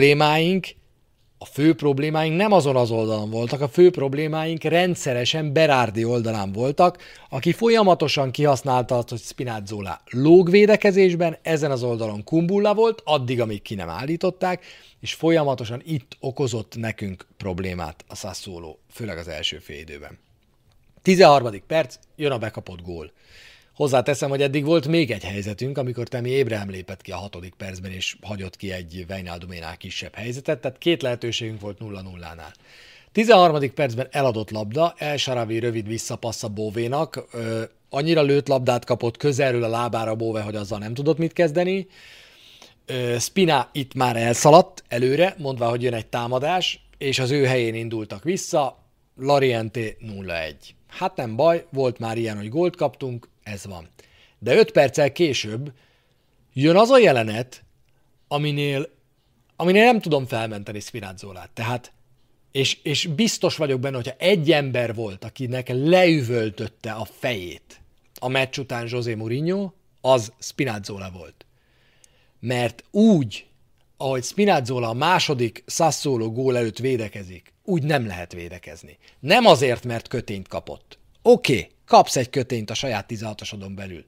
S1: a fő problémáink nem azon az oldalon voltak, a fő problémáink rendszeresen Berardi oldalán voltak, aki folyamatosan kihasználta azt, hogy Spinazzola lóg védekezésben, ezen az oldalon Kumbulla volt, addig, amíg ki nem állították, és folyamatosan itt okozott nekünk problémát a Sassuolo, főleg az első félidőben. 13. perc, jön a bekapott gól. Hozzáteszem, hogy eddig volt még egy helyzetünk, amikor Tammy Abraham lépett ki a 6. percben, és hagyott ki egy Wijnalduménál kisebb helyzetet, tehát két lehetőségünk volt 0-0-nál. 13. percben eladott labda, El Shaarawy rövid visszapassza Bovénak, annyira lőtt labdát kapott közelről a lábára Bové, hogy azzal nem tudott mit kezdeni. Spina itt már elszaladt előre, mondva, hogy jön egy támadás, és az ő helyén indultak vissza, Lorienté 0-1. Hát nem baj, volt már ilyen, hogy gólt kaptunk, ez van. De 5 perccel később jön az a jelenet, aminél nem tudom felmenteni Spinazzolát. Tehát, és biztos vagyok benne, hogyha egy ember volt, akinek leüvöltötte a fejét a meccs után José Mourinho, az Spinazzola volt. Mert úgy, ahogy Spinazzola a második Sassuolo gól előtt védekezik, úgy nem lehet védekezni. Nem azért, mert kötényt kapott. Oké, kapsz egy kötényt a saját 16-osodon belül.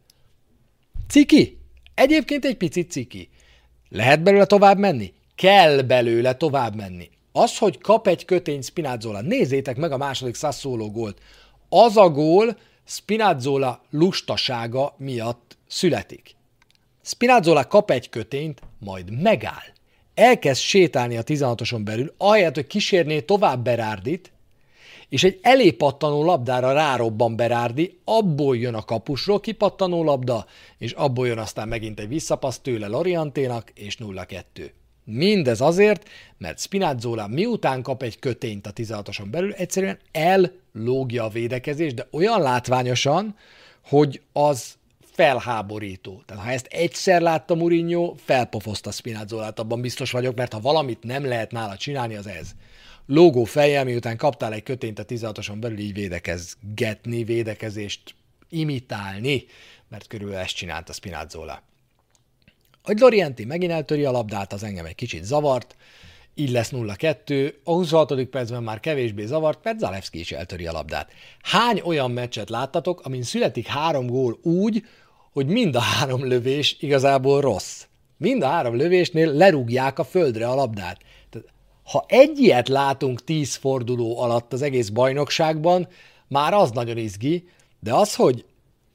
S1: Ciki? Egyébként egy picit ciki. Lehet belőle tovább menni? Kell belőle tovább menni. Az, hogy kap egy kötényt Spinazzola, nézzétek meg a második Sassuolo gólt. Az a gól Spinazzola lustasága miatt születik. Spinazzola kap egy kötényt, majd megáll. Elkezd sétálni a 16-oson belül, ahelyett, hogy kísérné tovább Berardit, és egy elépattanó labdára rárobban Berardi, abból jön a kapusról kipattanó labda, és abból jön aztán megint egy visszapassz tőle Lorienténak, és 0-2. Mindez azért, mert Spinazzola miután kap egy kötényt a 16-oson belül, egyszerűen ellógja a védekezést, de olyan látványosan, hogy az felháborító. Tehát ha ezt egyszer látta Mourinho, felpofozta Spinazzolát, abban biztos vagyok, mert ha valamit nem lehet nála csinálni, az ez. Lógó fejjel, miután kaptál egy kötényt a 16-oson belül, így védekezgetni, védekezést imitálni, mert körülbelül ezt csinálta Spinazzola. Hogy Lorienté megint eltöri a labdát, az engem egy kicsit zavart, így lesz 0-2, a 26. percben már kevésbé zavart, mert Zalewski is eltöri a labdát. Hány olyan meccset láttatok, amin születik 3 gól úgy, hogy mind a 3 lövés igazából rossz. Mind a 3 lövésnél lerúgják a földre a labdát. Tehát, ha egy ilyet látunk 10 forduló alatt az egész bajnokságban, már az nagyon izgi, de az, hogy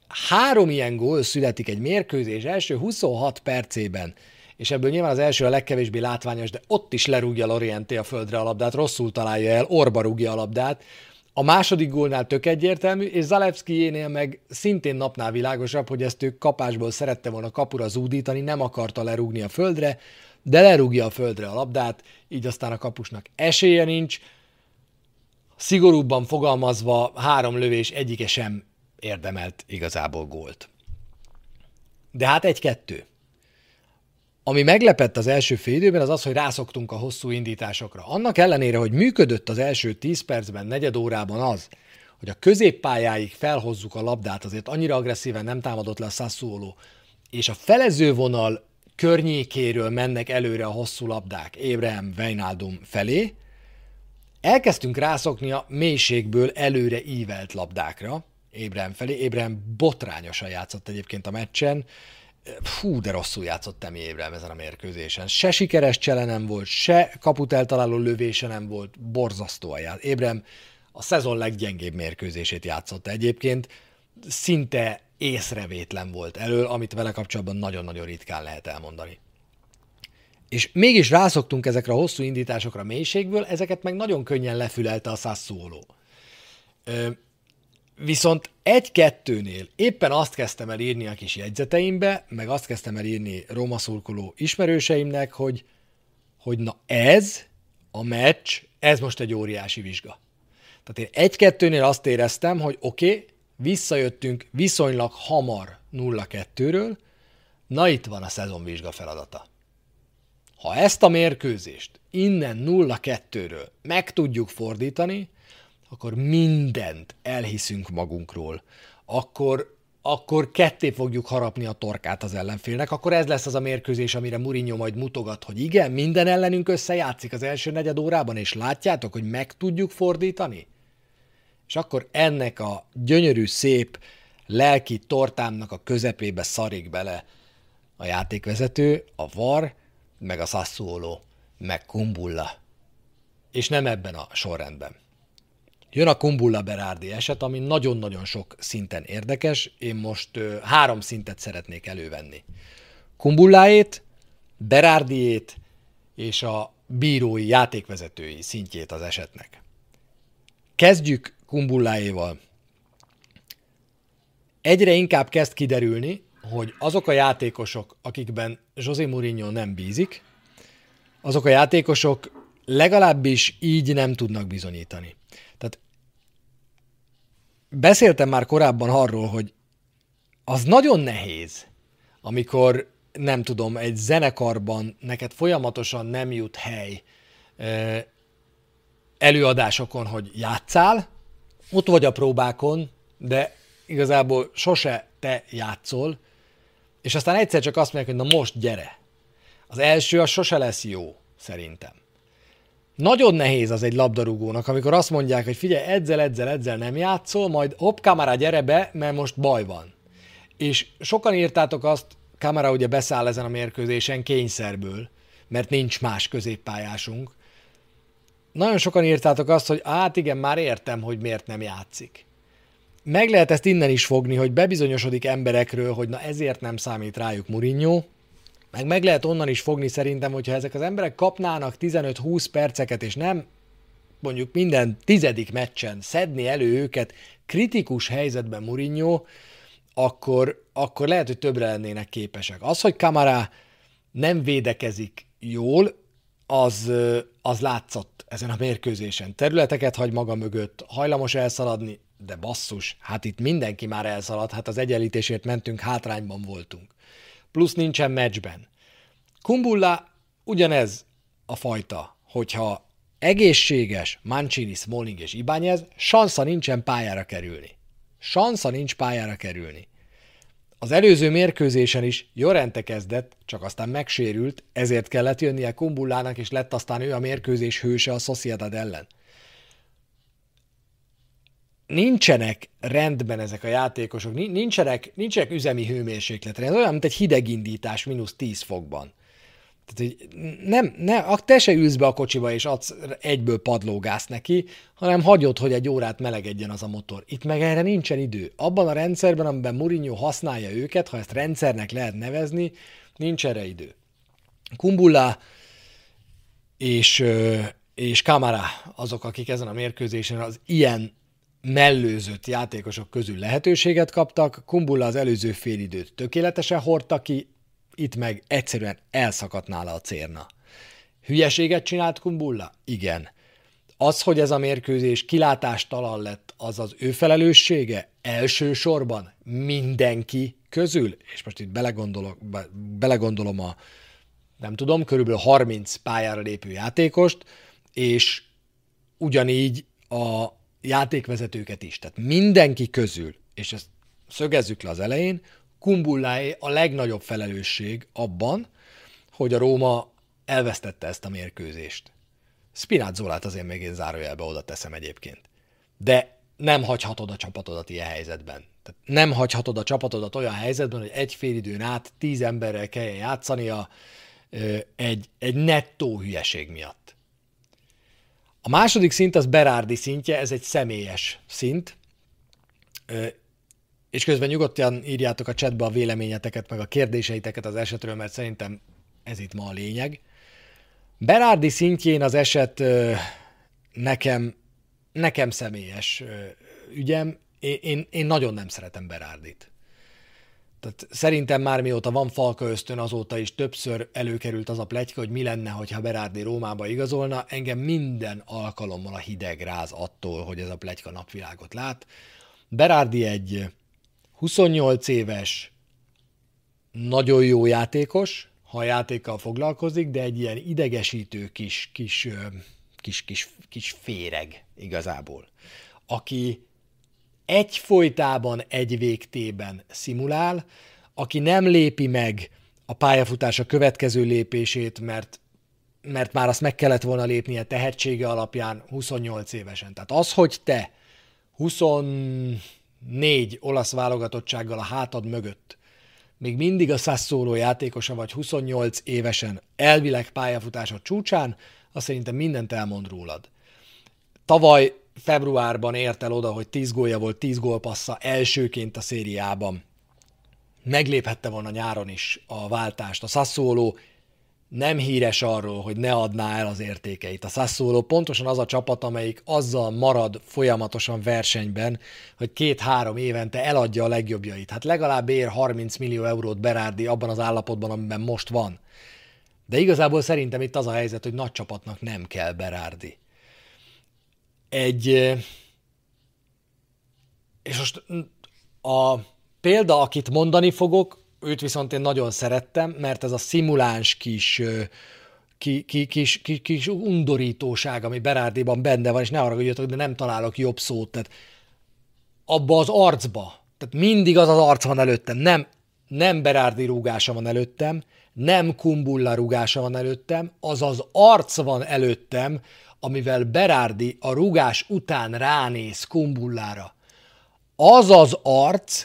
S1: 3 ilyen gól születik egy mérkőzés első 26 percében, és ebből nyilván az első a legkevésbé látványos, de ott is lerúgja Lorienté a földre a labdát, rosszul találja el, orba rúgja a labdát. A második gólnál tök egyértelmű, és Zalewskijénél meg szintén napnál világosabb, hogy ezt ő kapásból szerette volna kapura zúdítani, nem akarta lerúgni a földre, de lerúgja a földre a labdát, így aztán a kapusnak esélye nincs. Szigorúbban fogalmazva 3 lövés egyike sem érdemelt igazából gólt. De hát 1-2. Ami meglepett az első félidőben, az az, hogy rászoktunk a hosszú indításokra. Annak ellenére, hogy működött az első 10 percben, negyed órában az, hogy a középpályáig felhozzuk a labdát, azért annyira agresszíven nem támadott le a Sassuolo, és a felezővonal környékéről mennek előre a hosszú labdák Abraham, Wijnaldum felé, elkezdtünk rászokni a mélységből előre ívelt labdákra Abraham felé. Abraham botrányosan játszott egyébként a meccsen. Fú, de rosszul játszott Tammy Abraham ezen a mérkőzésen. Se sikeres csele nem volt, se kaput eltaláló lövése nem volt, borzasztóan játszott. Abraham a szezon leggyengébb mérkőzését játszott egyébként, szinte észrevétlen volt elől, amit vele kapcsolatban nagyon-nagyon ritkán lehet elmondani. És mégis rászoktunk ezekre a hosszú indításokra mélységből, ezeket meg nagyon könnyen lefülelte a Sassuolo. Viszont 1-2-nél éppen azt kezdtem el írni a kis jegyzeteimbe, meg azt kezdtem el írni Róma szurkoló ismerőseimnek, hogy na ez a meccs, ez most egy óriási vizsga. Tehát én 1-2-nél azt éreztem, hogy oké, visszajöttünk viszonylag hamar 0-2-ről, na itt van a szezonvizsga feladata. Ha ezt a mérkőzést innen 0-2-ről meg tudjuk fordítani, akkor mindent elhiszünk magunkról. Akkor ketté fogjuk harapni a torkát az ellenfélnek, akkor ez lesz az a mérkőzés, amire Mourinho majd mutogat, hogy igen, minden ellenünk összejátszik az első negyed órában, és látjátok, hogy meg tudjuk fordítani? És akkor ennek a gyönyörű, szép lelki tortámnak a közepébe szarik bele a játékvezető, a VAR, meg a Sassuolo, meg Kumbulla. És nem ebben a sorrendben. Jön a Kumbulla Berardi eset, ami nagyon-nagyon sok szinten érdekes. Én most 3 szintet szeretnék elővenni. Kumbulláét, Berardiét és a bírói, játékvezetői szintjét az esetnek. Kezdjük Kumbulláéval. Egyre inkább kezd kiderülni, hogy azok a játékosok, akikben José Mourinho nem bízik, azok a játékosok legalábbis így nem tudnak bizonyítani. Tehát beszéltem már korábban arról, hogy az nagyon nehéz, amikor nem tudom, egy zenekarban neked folyamatosan nem jut hely előadásokon, hogy játsszál, ott vagy a próbákon, de igazából sose te játszol, és aztán egyszer csak azt mondják, hogy na most gyere. Az első az sose lesz jó, szerintem. Nagyon nehéz az egy labdarúgónak, amikor azt mondják, hogy figyelj, edzel nem játszol, majd hopp, Kamara, gyere be, mert most baj van. És sokan írtátok azt, Kamara ugye beszáll ezen a mérkőzésen kényszerből, mert nincs más középpályásunk. Nagyon sokan írtátok azt, hogy hát igen, már értem, hogy miért nem játszik. Meg lehet ezt innen is fogni, hogy bebizonyosodik emberekről, hogy na ezért nem számít rájuk Mourinho, meg lehet onnan is fogni szerintem, hogyha ezek az emberek kapnának 15-20 perceket, és nem mondjuk minden 10. meccsen szedni elő őket kritikus helyzetben Mourinho, akkor lehet, hogy többre lennének képesek. Az, hogy Kamara nem védekezik jól, az látszott ezen a mérkőzésen. Területeket hagy maga mögött, hajlamos elszaladni, de basszus, hát itt mindenki már elszalad, hát az egyenlítésért mentünk, hátrányban voltunk. Plusz nincsen meccsben. Kumbulla ugyanez a fajta, hogyha egészséges Mancini, Smalling és Ibáñez, sansza nincsen pályára kerülni. Sansza nincs pályára kerülni. Az előző mérkőzésen is Llorente kezdett, csak aztán megsérült, ezért kellett jönnie Kumbullának, és lett aztán ő a mérkőzés hőse a Sociedad ellen. Nincsenek rendben ezek a játékosok, nincsenek üzemi hőmérsékletre. Ez olyan, mint egy hidegindítás -10 fokban. Tehát, hogy te se ülsz be a kocsiba, és adsz egyből padlógázt neki, hanem hagyod, hogy egy órát melegedjen az a motor. Itt meg erre nincsen idő. Abban a rendszerben, amiben Mourinho használja őket, ha ezt rendszernek lehet nevezni, nincs erre idő. Kumbulla és Kamara azok, akik ezen a mérkőzésen az ilyen mellőzött játékosok közül lehetőséget kaptak. Kumbulla az előző félidőt tökéletesen hordta ki, itt meg egyszerűen elszakadt nála a cérna. Hülyeséget csinált Kumbulla? Igen. Az, hogy ez a mérkőzés kilátástalan lett, az az ő felelőssége elsősorban mindenki közül, és most itt belegondolom a, nem tudom, körülbelül 30 pályára lépő játékost, és ugyanígy játékvezetőket is. Tehát mindenki közül, és ezt szögezzük le az elején, Kumbuláé a legnagyobb felelősség abban, hogy a Róma elvesztette ezt a mérkőzést. Spinazzolát azért még én zárójelbe oda teszem egyébként. De nem hagyhatod a csapatodat ilyen helyzetben. Tehát nem hagyhatod a csapatodat olyan helyzetben, hogy egy félidőn át 10 emberrel kelljen játszania egy nettó hülyeség miatt. A második szint az Berardi szintje, ez egy személyes szint, és közben nyugodtan írjátok a chatbe a véleményeteket, meg a kérdéseiteket az esetről, mert szerintem ez itt ma a lényeg. Berardi szintjén az eset nekem személyes ügyem. Én nagyon nem szeretem Berardit. Tehát szerintem már mióta van Falka ösztön, azóta is többször előkerült az a pletyka, hogy mi lenne, ha Berardi Rómába igazolna. Engem minden alkalommal a hideg ráz attól, hogy ez a pletyka napvilágot lát. Berardi egy 28 éves, nagyon jó játékos, ha a játékkal foglalkozik, de egy ilyen idegesítő kis féreg igazából, aki egyfolytában egy végtében szimulál, aki nem lépi meg a pályafutása következő lépését, mert már azt meg kellett volna lépnie tehetsége alapján 28 évesen. Tehát az, hogy te 24 olasz válogatottsággal a hátad mögött még mindig a Sassuolo játékosa vagy 28 évesen elvileg pályafutásod csúcsán, azt szerintem mindent elmond rólad. Tavaly februárban ért el oda, hogy 10 gólja volt, 10 gólpassza elsőként a szériában. Megléphette volna nyáron is a váltást. A Sassuolo nem híres arról, hogy ne adná el az értékeit. A Sassuolo pontosan az a csapat, amelyik azzal marad folyamatosan versenyben, hogy 2-3 évente eladja a legjobbjait. Hát legalább ér 30 millió eurót Berardi abban az állapotban, amiben most van. De igazából szerintem itt az a helyzet, hogy nagy csapatnak nem kell Berardi. És most a példa, akit mondani fogok, őt viszont én nagyon szerettem, mert ez a szimuláns kis undorítóság, ami Berardiban benne van, és ne haragudjatok, de nem találok jobb szót, tehát abba az arcba, tehát mindig az arc van előttem, nem Berardi rúgása van előttem, nem Kumbulla rúgása van előttem, az az arc van előttem, amivel Berardi a rúgás után ránéz Kumbullára. Az az arc,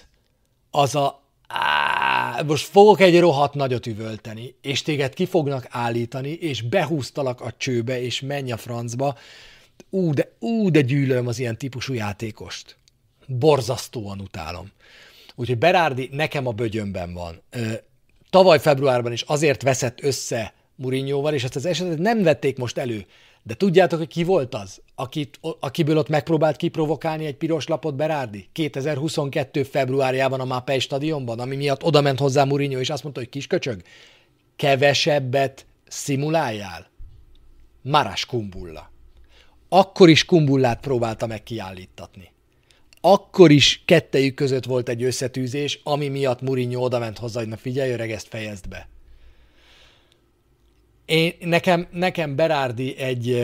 S1: most fogok egy rohadt nagyot üvölteni, és téged ki fognak állítani, és behúztalak a csőbe, és menj a francba. De gyűlölöm az ilyen típusú játékost. Borzasztóan utálom. Úgyhogy Berardi nekem a bögyönben van. Tavaly februárban is azért veszett össze Mourinhoval, és ezt az esetet nem vették most elő. De tudjátok, hogy ki volt az, akiből ott megpróbált kiprovokálni egy piros lapot Berardi? 2022. februárjában a Mapei stadionban, ami miatt odament hozzá Mourinho, és azt mondta, hogy kisköcsög, kevesebbet szimuláljál? Maras Kumbulla. Akkor is Kumbullát próbálta meg kiállítatni. Akkor is kettejük között volt egy összetűzés, ami miatt Mourinho odament hozzá, hogy na figyelj, öreg, ezt fejezd be. Nekem Berardi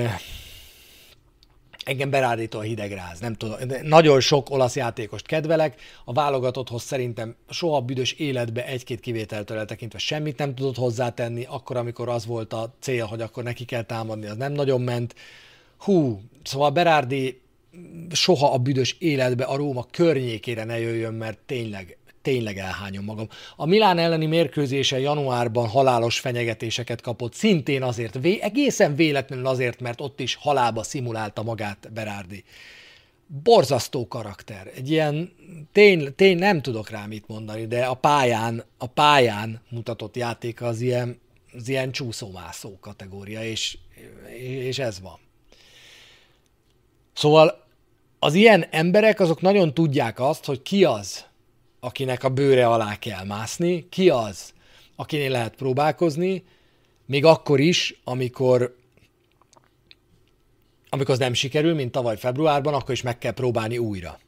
S1: engem Berarditól hidegráz, nem tudom. Nagyon sok olasz játékost kedvelek, a válogatotthoz szerintem soha büdös életbe egy-két kivételtől eltekintve semmit nem tudott hozzátenni, akkor, amikor az volt a cél, hogy akkor neki kell támadni, az nem nagyon ment. Szóval Berardi soha a büdös életbe a Róma környékére ne jöjjön, mert tényleg elhányom magam. A Milán elleni mérkőzése januárban halálos fenyegetéseket kapott, szintén azért, egészen véletlenül azért, mert ott is halálba szimulálta magát Berardi. Borzasztó karakter. Egy ilyen, nem tudok rá mit mondani, de a pályán mutatott játéka az ilyen csúszómászó kategória, és ez van. Szóval az ilyen emberek azok nagyon tudják azt, hogy ki az, akinek a bőre alá kell mászni, ki az, akinél lehet próbálkozni, még akkor is, amikor az nem sikerül, mint tavaly februárban, akkor is meg kell próbálni újra.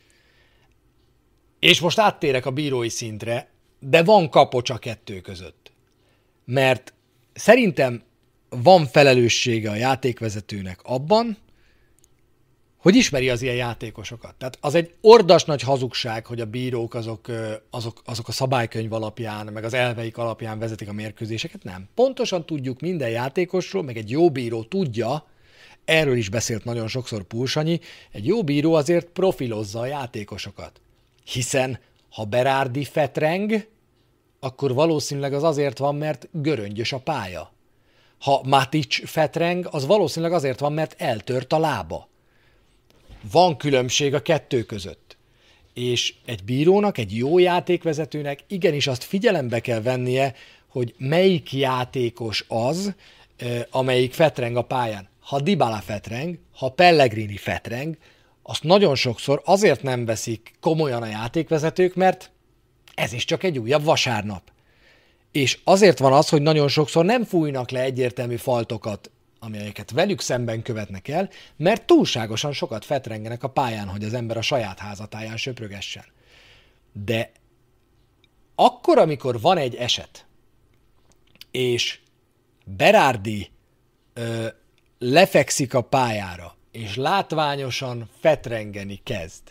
S1: És most áttérek a bírói szintre, de van kapocs a kettő között. Mert szerintem van felelőssége a játékvezetőnek abban, hogy ismeri az ilyen játékosokat. Tehát az egy ordas nagy hazugság, hogy a bírók azok a szabálykönyv alapján, meg az elveik alapján vezetik a mérkőzéseket. Nem. Pontosan tudjuk minden játékosról, meg egy jó bíró tudja, erről is beszélt nagyon sokszor Pul Sanyi, egy jó bíró azért profilozza a játékosokat. Hiszen ha Berardi fetreng, akkor valószínűleg az azért van, mert göröngyös a pálya. Ha Matic fetreng, az valószínűleg azért van, mert eltört a lába. Van különbség a kettő között. És egy bírónak, egy jó játékvezetőnek igenis azt figyelembe kell vennie, hogy melyik játékos az, amelyik fetreng a pályán. Ha Dybala fetreng, ha Pellegrini fetreng, azt nagyon sokszor azért nem veszik komolyan a játékvezetők, mert ez is csak egy újabb vasárnap. És azért van az, hogy nagyon sokszor nem fújnak le egyértelmű faltokat, amelyeket velük szemben követnek el, mert túlságosan sokat fetrengenek a pályán, hogy az ember a saját házatáján söprögessen. De akkor, amikor van egy eset, és Berardi lefekszik a pályára, és látványosan fetrengeni kezd,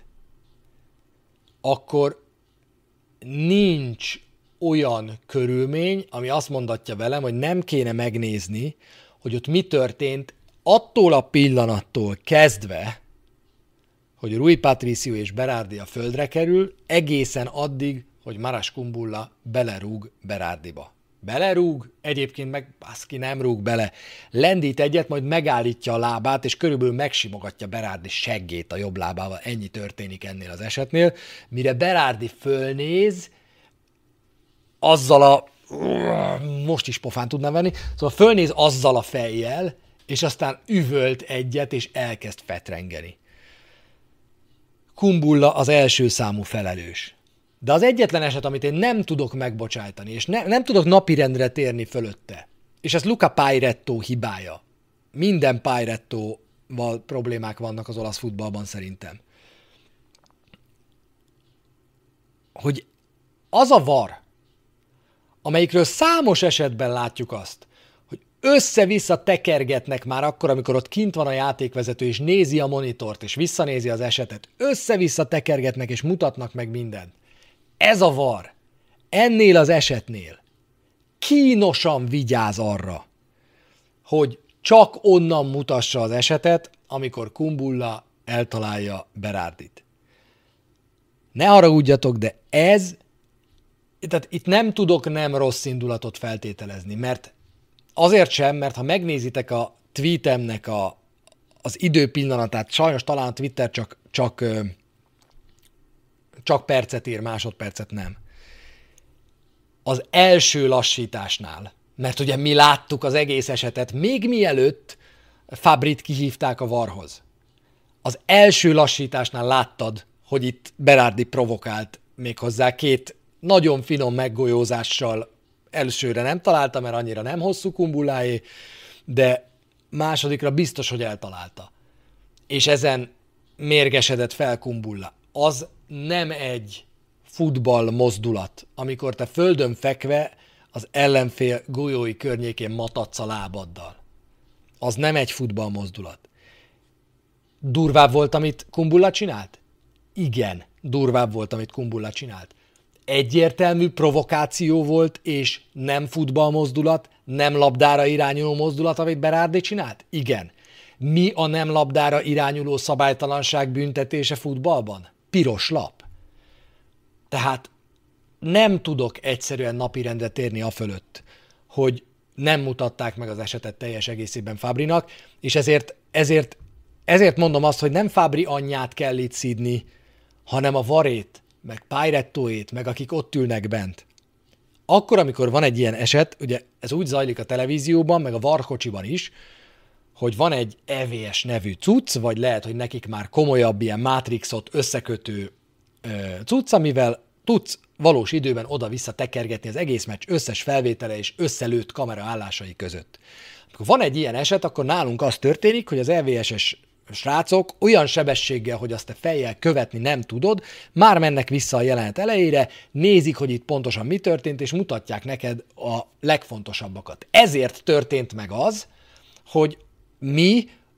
S1: akkor nincs olyan körülmény, ami azt mondatja velem, hogy nem kéne megnézni, hogy ott mi történt attól a pillanattól kezdve, hogy Rui Patricio és Berardi a földre kerül, egészen addig, hogy Maras Kumbulla belerúg Berardiba. Belerúg, egyébként meg baszki nem rúg bele. Lendít egyet, majd megállítja a lábát, és körülbelül megsimogatja Berardi seggét a jobb lábával. Ennyi történik ennél az esetnél. Mire Berardi fölnéz, azzal a... most is pofán tudnám venni. Szóval fölnéz azzal a fejjel, és aztán üvölt egyet, és elkezd fetrengeni. Kumbulla az első számú felelős. De az egyetlen eset, amit én nem tudok megbocsájtani, és nem tudok napirendre térni fölötte, és ez Luca Pairetto hibája. Minden Pairettóval problémák vannak az olasz futballban szerintem. Hogy az a VAR, amelyikről számos esetben látjuk azt, hogy össze-vissza tekergetnek már akkor, amikor ott kint van a játékvezető, és nézi a monitort, és visszanézi az esetet, össze-vissza tekergetnek, és mutatnak meg mindent. Ez a VAR ennél az esetnél kínosan vigyáz arra, hogy csak onnan mutassa az esetet, amikor Kumbulla eltalálja Berardit. Ne haragudjatok, de tehát itt nem tudok nem rossz indulatot feltételezni, mert azért sem, mert ha megnézitek a tweetemnek az időpillanatát, sajnos talán a Twitter csak percet ír, másodpercet nem. Az első lassításnál, mert ugye mi láttuk az egész esetet, még mielőtt Fabrit kihívták a VAR-hoz. Az első lassításnál láttad, hogy itt Berardi provokált méghozzá két nagyon finom meggolyózással. Elsőre nem találta, mert annyira nem hosszú Kumbulláé, de másodikra biztos, hogy eltalálta. És ezen mérgesedett fel Kumbulla. Az nem egy futball mozdulat, amikor te földön fekve az ellenfél golyói környékén matadsz a lábaddal. Az nem egy futball mozdulat. Durvább volt, amit Kumbulla csinált? Igen, durvább volt, amit Kumbulla csinált. Egyértelmű provokáció volt, és nem futball mozdulat, nem labdára irányuló mozdulat, amit Berardi csinált? Igen. Mi a nem labdára irányuló szabálytalanság büntetése futballban? Piros lap. Tehát nem tudok egyszerűen napirendre térni afölött, hogy nem mutatták meg az esetet teljes egészében Fabrinak, és ezért mondom azt, hogy nem Fabri anyját kell itt szídni, hanem a varét, meg Pairettóét, meg akik ott ülnek bent. Akkor, amikor van egy ilyen eset, ugye ez úgy zajlik a televízióban, meg a VAR-kocsiban is, hogy van egy EVS nevű cucc, vagy lehet, hogy nekik már komolyabb ilyen Matrixot összekötő cucc, amivel tudsz valós időben oda-vissza tekergetni az egész meccs összes felvétele és összelőtt kamera állásai között. Amikor van egy ilyen eset, akkor nálunk az történik, hogy az EVS-es srácok olyan sebességgel, hogy azt te fejjel követni nem tudod, már mennek vissza a jelenet elejére, nézik, hogy itt pontosan mi történt, és mutatják neked a legfontosabbakat. Ezért történt meg az, hogy mi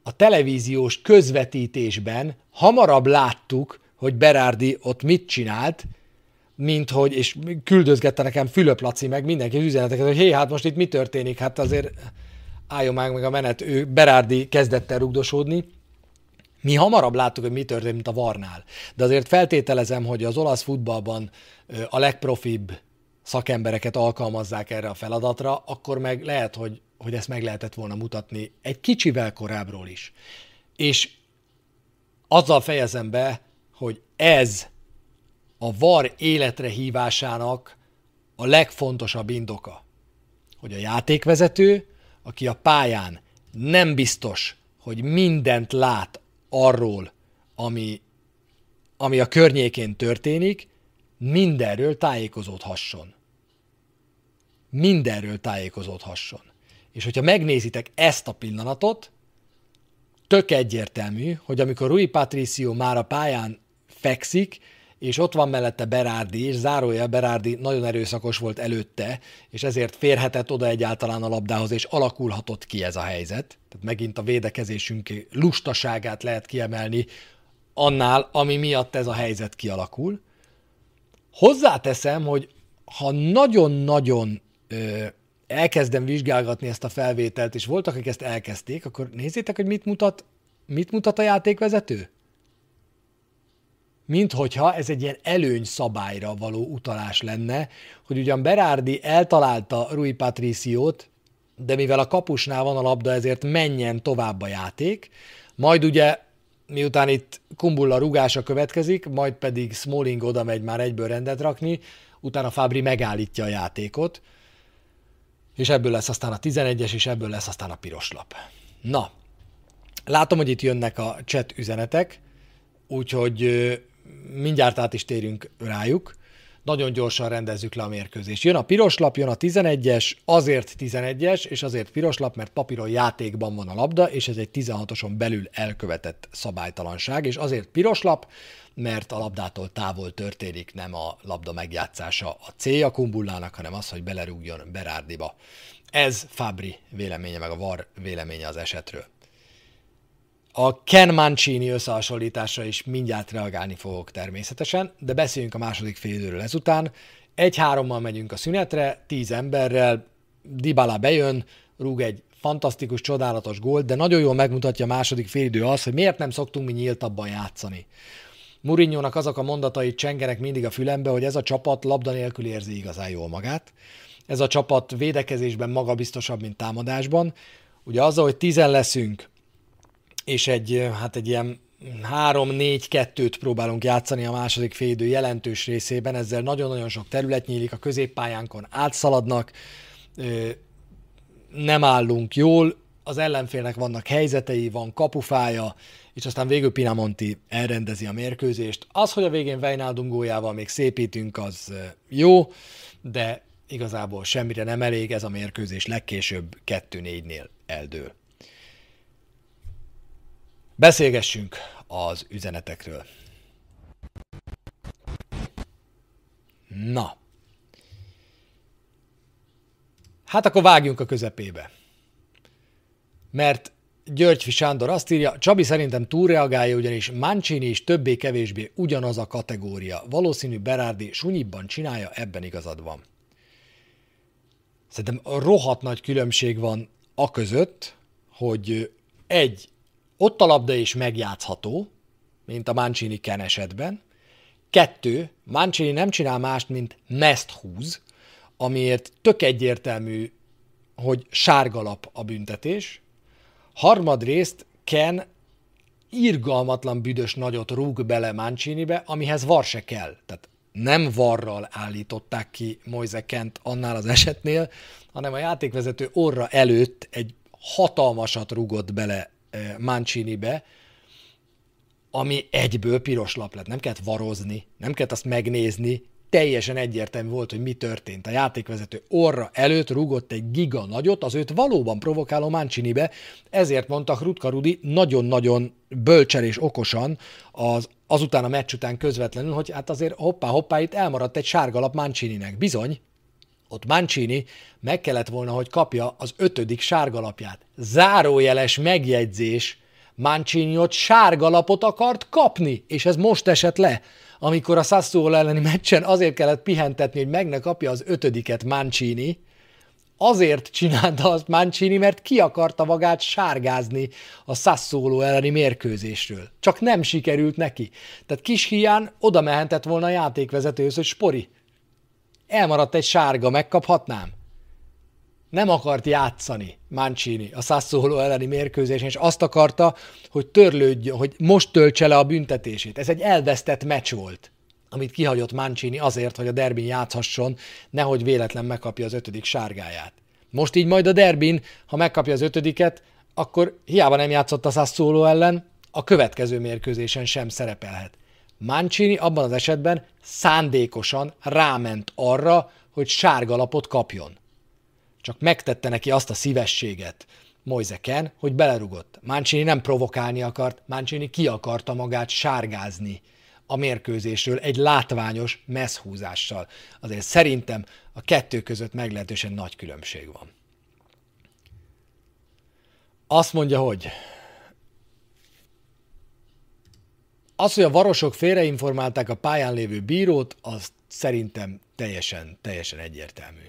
S1: a televíziós közvetítésben hamarabb láttuk, hogy Berardi ott mit csinált, mint hogy, és küldözgette nekem Fülöp Laci meg mindenki üzeneteket, hogy hé, hát most itt mi történik, hát azért álljon meg a menet, ő Berardi kezdett el rugdosódni. Mi hamarabb láttuk, hogy mi történt, mint a VAR-nál. De azért feltételezem, hogy az olasz futballban a legprofibb szakembereket alkalmazzák erre a feladatra, akkor meg lehet, hogy ezt meg lehetett volna mutatni egy kicsivel korábbról is. És azzal fejezem be, hogy ez a VAR életre hívásának a legfontosabb indoka, hogy a játékvezető, aki a pályán nem biztos, hogy mindent lát arról, ami a környékén történik, mindenről tájékozódhasson. Mindenről tájékozódhasson. És hogyha megnézitek ezt a pillanatot, tök egyértelmű, hogy amikor Rui Patricio már a pályán fekszik, és ott van mellette Berardi, és zárójel Berardi nagyon erőszakos volt előtte, és ezért férhetett oda egyáltalán a labdához, és alakulhatott ki ez a helyzet. Tehát megint a védekezésünk lustaságát lehet kiemelni annál, ami miatt ez a helyzet kialakul. Hozzáteszem, hogy ha nagyon-nagyon elkezdem vizsgálgatni ezt a felvételt, és voltak, akik ezt elkezdték, akkor nézzétek, hogy mit mutat a játékvezető? Minthogyha ez egy ilyen előnyszabályra való utalás lenne, hogy ugyan Berardi eltalálta Rui Patriciót, de mivel a kapusnál van a labda, ezért menjen tovább a játék, majd ugye, miután itt Kumbulla rúgása következik, majd pedig Smalling oda megy már egyből rendet rakni, utána Fabri megállítja a játékot, és ebből lesz aztán a 11-es, és ebből lesz aztán a piros lap. Na, látom, hogy itt jönnek a chat üzenetek, úgyhogy mindjárt át is térünk rájuk. Nagyon gyorsan rendezzük le a mérkőzést. Jön a piros lap, jön a 11-es, azért 11-es, és azért piros lap, mert papíron játékban van a labda, és ez egy 16-oson belül elkövetett szabálytalanság, és azért piros lap, mert a labdától távol történik, nem a labda megjátszása a célja Kumbullának, hanem az, hogy belerúgjon Berardiba. Ez Fabri véleménye, meg a VAR véleménye az esetről. A Ken Mancini összehasonlításra is mindjárt reagálni fogok természetesen, de beszéljünk a második félidőről ezután. 1-3-mal megyünk a szünetre, 10 emberrel, Dybala bejön, rúg egy fantasztikus, csodálatos gólt, de nagyon jól megmutatja a második félidő az, hogy miért nem szoktunk mi nyíltabban játszani. Mourinho-nak azok a mondatai csengenek mindig a fülembe, hogy ez a csapat labda nélkül érzi igazán jól magát. Ez a csapat védekezésben magabiztosabb, mint támadásban. Ugye azzal, hogy 10 leszünk, és egy ilyen 3-4-2-t próbálunk játszani a második félidő jelentős részében, ezzel nagyon-nagyon sok terület nyílik, a középpályánkon átszaladnak, nem állunk jól, az ellenfélnek vannak helyzetei, van kapufája, és aztán végül Pinamonti elrendezi a mérkőzést. Az, hogy a végén Wijnaldum góljával még szépítünk, az jó, de igazából semmire nem elég, ez a mérkőzés legkésőbb 2-4-nél eldől. Beszélgessünk az üzenetekről. Na. Hát akkor vágjunk a közepébe. Mert Györgyfi Sándor azt írja, Csabi szerintem túlreagálja, ugyanis Mancini is többé-kevésbé ugyanaz a kategória. Valószínű Berardi sunyibban csinálja, ebben igazad van. Szerintem rohadt nagy különbség van a között, hogy ott a labda is megjátszható, mint a Mancini Ken esetben. 2, Mancini nem csinál mást, mint meszt húz, amiért tök egyértelmű, hogy sárgalap a büntetés. Harmadrészt Ken irgalmatlan büdös nagyot rúg bele Mancinibe, amihez VAR se kell. Tehát nem VAR-ral állították ki Moise Kent annál az esetnél, hanem a játékvezető orra előtt egy hatalmasat rúgott bele Mancinibe, ami egyből piros lap lett. Nem kellett varozni, nem kellett azt megnézni, teljesen egyértelmű volt, hogy mi történt. A játékvezető orra előtt rúgott egy giga nagyot, az őt valóban provokáló Mancinibe, ezért mondta Rutka Rudi nagyon-nagyon bölcsen és okosan azután a meccs után közvetlenül, hogy hát azért hoppá, itt elmaradt egy sárgalap Mancininek. Bizony, ott Mancini meg kellett volna, hogy kapja az 5. sárgalapját. Zárójeles megjegyzés, Mancini ott sárga lapot akart kapni, és ez most esett le, amikor a Sassuolo elleni meccsen azért kellett pihentetni, hogy meg ne kapja az 5. Mancini. Azért csinálta azt Mancini, mert ki akarta magát sárgázni a Sassuolo elleni mérkőzésről. Csak nem sikerült neki. Tehát kis hián oda mehetett volna a játékvezetőhöz, hogy Spori, elmaradt egy sárga, megkaphatnám? Nem akart játszani Mancini a Sassuolo elleni mérkőzésen, és azt akarta, hogy törlődjön, hogy most töltse le a büntetését. Ez egy elvesztett meccs volt, amit kihagyott Mancini azért, hogy a derbin játszhasson, nehogy véletlen megkapja az 5. sárgáját. Most így majd a derbin, ha megkapja az 5., akkor hiába nem játszott a Sassuolo ellen, a következő mérkőzésen sem szerepelhet. Mancini abban az esetben szándékosan ráment arra, hogy sárga lapot kapjon. Csak megtette neki azt a szívességet Moise Kean, hogy belerugott. Mancini nem provokálni akart, Mancini ki akarta magát sárgázni a mérkőzésről egy látványos messzhúzással. Azért szerintem a kettő között meglehetősen nagy különbség van. Azt mondja, hogy az, hogy a varosok félreinformálták a pályán lévő bírót, az szerintem teljesen egyértelmű.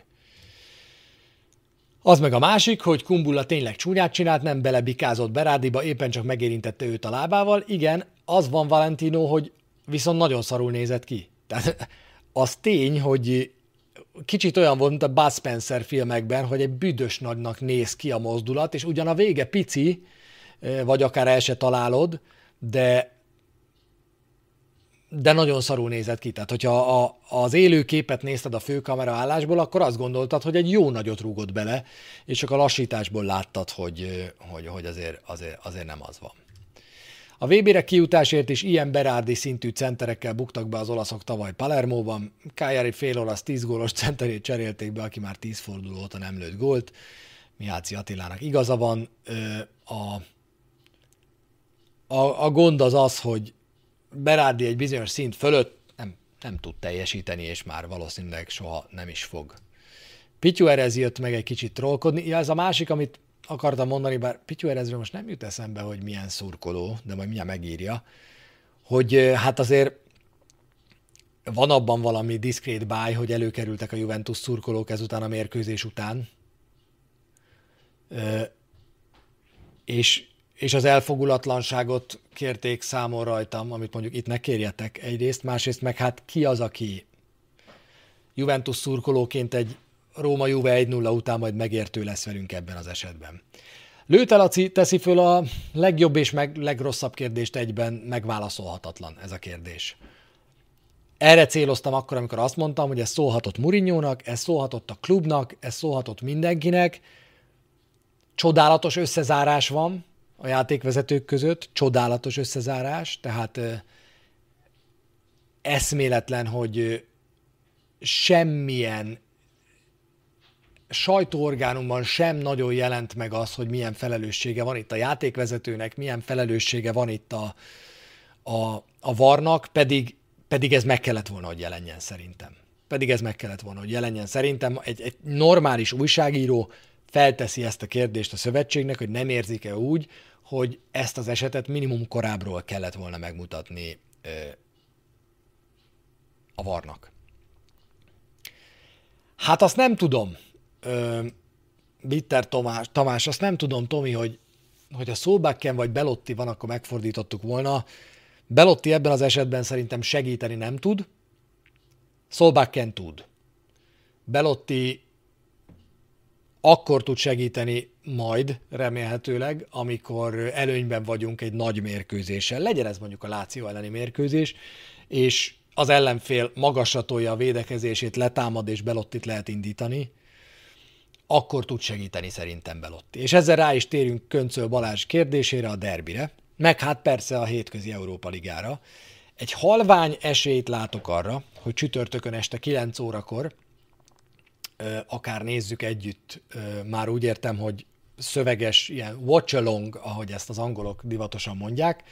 S1: Az meg a másik, hogy Kumbulla tényleg csúnyát csinált, nem belebikázott Berardiba, éppen csak megérintette őt a lábával. Igen, az van, Valentino, hogy viszont nagyon szarul nézett ki. Tehát az tény, hogy kicsit olyan volt, mint a Bud Spencer filmekben, hogy egy büdös nagynak néz ki a mozdulat, és ugyan a vége pici, vagy akár el se találod, de nagyon szarul nézett ki. Tehát, hogyha az élő képet nézted a főkamera állásból, akkor azt gondoltad, hogy egy jó nagyot rúgott bele, és csak a lassításból láttad, hogy azért nem az van. A VB-re kijutásért is ilyen Berardi szintű centerekkel buktak be az olaszok tavaly Palermóban. Cagliari fél-olasz 10 gólos centerét cserélték be, aki már 10 forduló óta nem lőtt gólt. Miháci Attilának igaza van. A gond az, hogy Berardi egy bizonyos szint fölött nem tud teljesíteni, és már valószínűleg soha nem is fog. Pityu Erez jött meg egy kicsit trollkodni. Ja, ez a másik, amit akartam mondani, bár Pityu Erezről most nem jut eszembe, hogy milyen szurkoló, de majd mindjárt megírja, hogy hát azért van abban valami diszkrét báj, hogy előkerültek a Juventus szurkolók ezután a mérkőzés után, és az elfogulatlanságot kérték számon rajtam, amit mondjuk itt ne kérjetek egyrészt, másrészt meg hát ki az, aki Juventus szurkolóként egy Róma-Juve 1-0 után majd megértő lesz velünk ebben az esetben. Lőte Laci teszi föl a legjobb és legrosszabb kérdést egyben, megválaszolhatatlan ez a kérdés. Erre céloztam akkor, amikor azt mondtam, hogy ez szólhatott Mourinhónak, ez szólhatott a klubnak, ez szólhatott mindenkinek. Csodálatos összezárás van a játékvezetők között, csodálatos összezárás, tehát eszméletlen, hogy semmilyen sajtóorgánumban sem nagyon jelent meg az, hogy milyen felelőssége van itt a játékvezetőnek, milyen felelőssége van itt a VAR-nak, pedig ez meg kellett volna, hogy jelenjen szerintem. Egy normális újságíró felteszi ezt a kérdést a szövetségnek, hogy nem érzik-e úgy, hogy ezt az esetet minimum korábbról kellett volna megmutatni a VAR-nak. Hát azt nem tudom, Bitter Tamás, azt nem tudom, Tomi, hogy a Solbakken vagy Belotti van, akkor megfordítottuk volna. Belotti ebben az esetben szerintem segíteni nem tud, Solbakken tud. Belotti akkor tud segíteni majd, remélhetőleg, amikor előnyben vagyunk egy nagy mérkőzéssel. Legyen ez mondjuk a Lazio elleni mérkőzés, és az ellenfél magasra tolja a védekezését, letámad és Belottit lehet indítani, akkor tud segíteni szerintem Belotti. És ezzel rá is térünk Köncöl Balázs kérdésére, a derbire, meg hát persze a hétközi Európa Ligára. Egy halvány esélyt látok arra, hogy csütörtökön este 9 órakor, akár nézzük együtt, már úgy értem, hogy szöveges, ilyen watch-along, ahogy ezt az angolok divatosan mondják,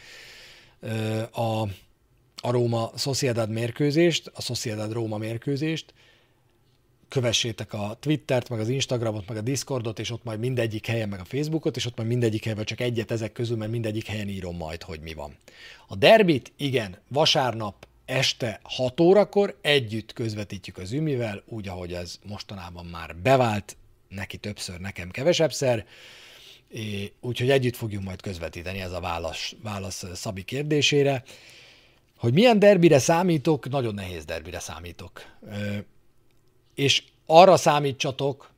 S1: a Róma Sociedad mérkőzést, a Sociedad Róma mérkőzést. kövessétek a Twittert, meg az Instagramot, meg a Discordot, és ott majd mindegyik helyen, meg a Facebookot, és ott majd mindegyik helyen, vagy csak egyet ezek közül, mert mindegyik helyen írom majd, hogy mi van. A derbit, igen, vasárnap este 6 órakor együtt közvetítjük az Ümivel, úgy, ahogy ez mostanában már bevált, neki többször, nekem kevesebbszer, úgyhogy együtt fogjuk majd közvetíteni, ez a válasz Szabi kérdésére. Hogy milyen derbire számítok, nagyon nehéz derbire számítok. És arra számítsatok,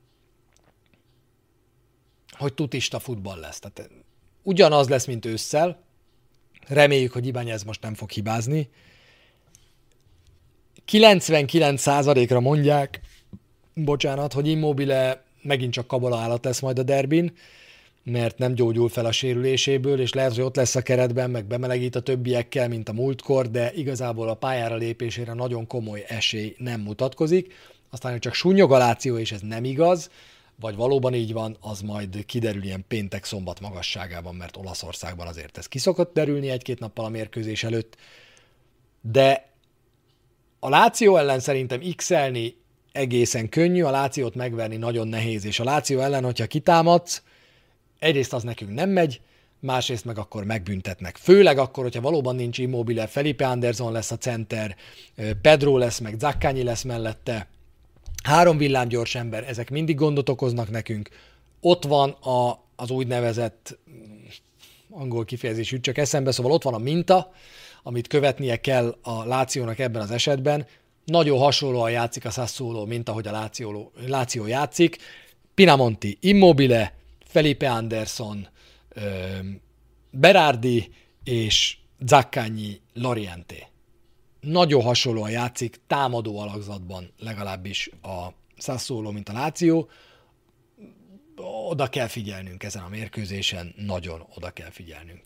S1: hogy tutista futball lesz. Tehát ugyanaz lesz, mint ősszel. Reméljük, hogy Ibáñez most nem fog hibázni. 99%-ra mondják, hogy Immobile megint csak kabala állat lesz majd a derbin, mert nem gyógyul fel a sérüléséből, és lehet, hogy ott lesz a keretben, meg bemelegít a többiekkel, mint a múltkor, de igazából a pályára lépésére nagyon komoly esély nem mutatkozik. Aztán, hogy csak sunnyog a Láció, és ez nem igaz, vagy valóban így van, az majd kiderül ilyen péntek-szombat magasságában, mert Olaszországban azért ez kiszokott derülni egy-két nappal a mérkőzés előtt. De a Láció ellen szerintem x-elni egészen könnyű, a Lációt megverni nagyon nehéz, és a Láció ellen, hogyha kitámadsz, egyrészt az nekünk nem megy, másrészt meg akkor megbüntetnek. Főleg akkor, hogyha valóban nincs Immobile, Felipe Anderson lesz a center, Pedro lesz, meg Zaccagni lesz mellette, 3 villámgyors ember, ezek mindig gondot okoznak nekünk. Ott van az úgynevezett, angol kifejezés jut csak eszembe, szóval ott van a minta, amit követnie kell a Lációnak ebben az esetben. Nagyon hasonlóan játszik a Sassuolo, mint ahogy a Láció játszik. Pinamonti, Immobile, Felipe Anderson, Berardi és Zaccagni, Loriente. Nagyon hasonlóan játszik támadó alakzatban legalábbis a Sassuolo, mint a Láció. Oda kell figyelnünk ezen a mérkőzésen, nagyon oda kell figyelnünk.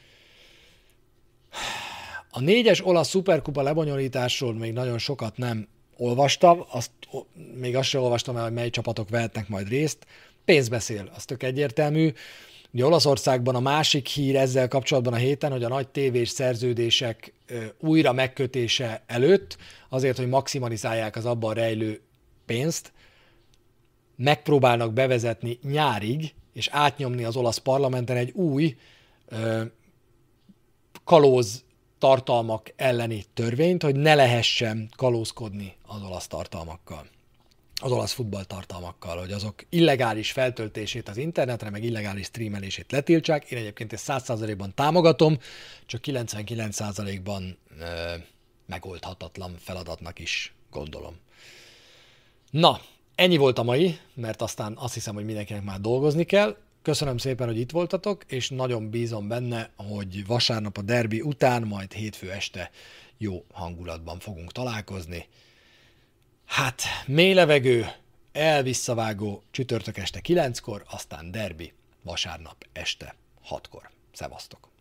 S1: A 4-es olasz szuperkupa lebonyolításról még nagyon sokat nem olvastam, még azt sem olvastam el, hogy mely csapatok vehetnek majd részt. Pénz beszél, az tök egyértelmű. Ugye Olaszországban a másik hír ezzel kapcsolatban a héten, hogy a nagy tévés szerződések újra megkötése előtt, azért, hogy maximalizálják az abban rejlő pénzt, megpróbálnak bevezetni nyárig, és átnyomni az olasz parlamenten egy új kalóz tartalmak elleni törvényt, hogy ne lehessen kalózkodni az olasz tartalmakkal, az olasz futballtartalmakkal, hogy azok illegális feltöltését az internetre, meg illegális streamelését letiltsák. Én egyébként ezt 100%-ban támogatom, csak 99%-ban megoldhatatlan feladatnak is gondolom. Na, ennyi volt a mai, mert aztán azt hiszem, hogy mindenkinek már dolgozni kell. Köszönöm szépen, hogy itt voltatok, és nagyon bízom benne, hogy vasárnap a derbi után, majd hétfő este jó hangulatban fogunk találkozni. Hát, mély levegő, elvisszavágó csütörtök este 9-kor, aztán derbi vasárnap este 6-kor. Szevasztok!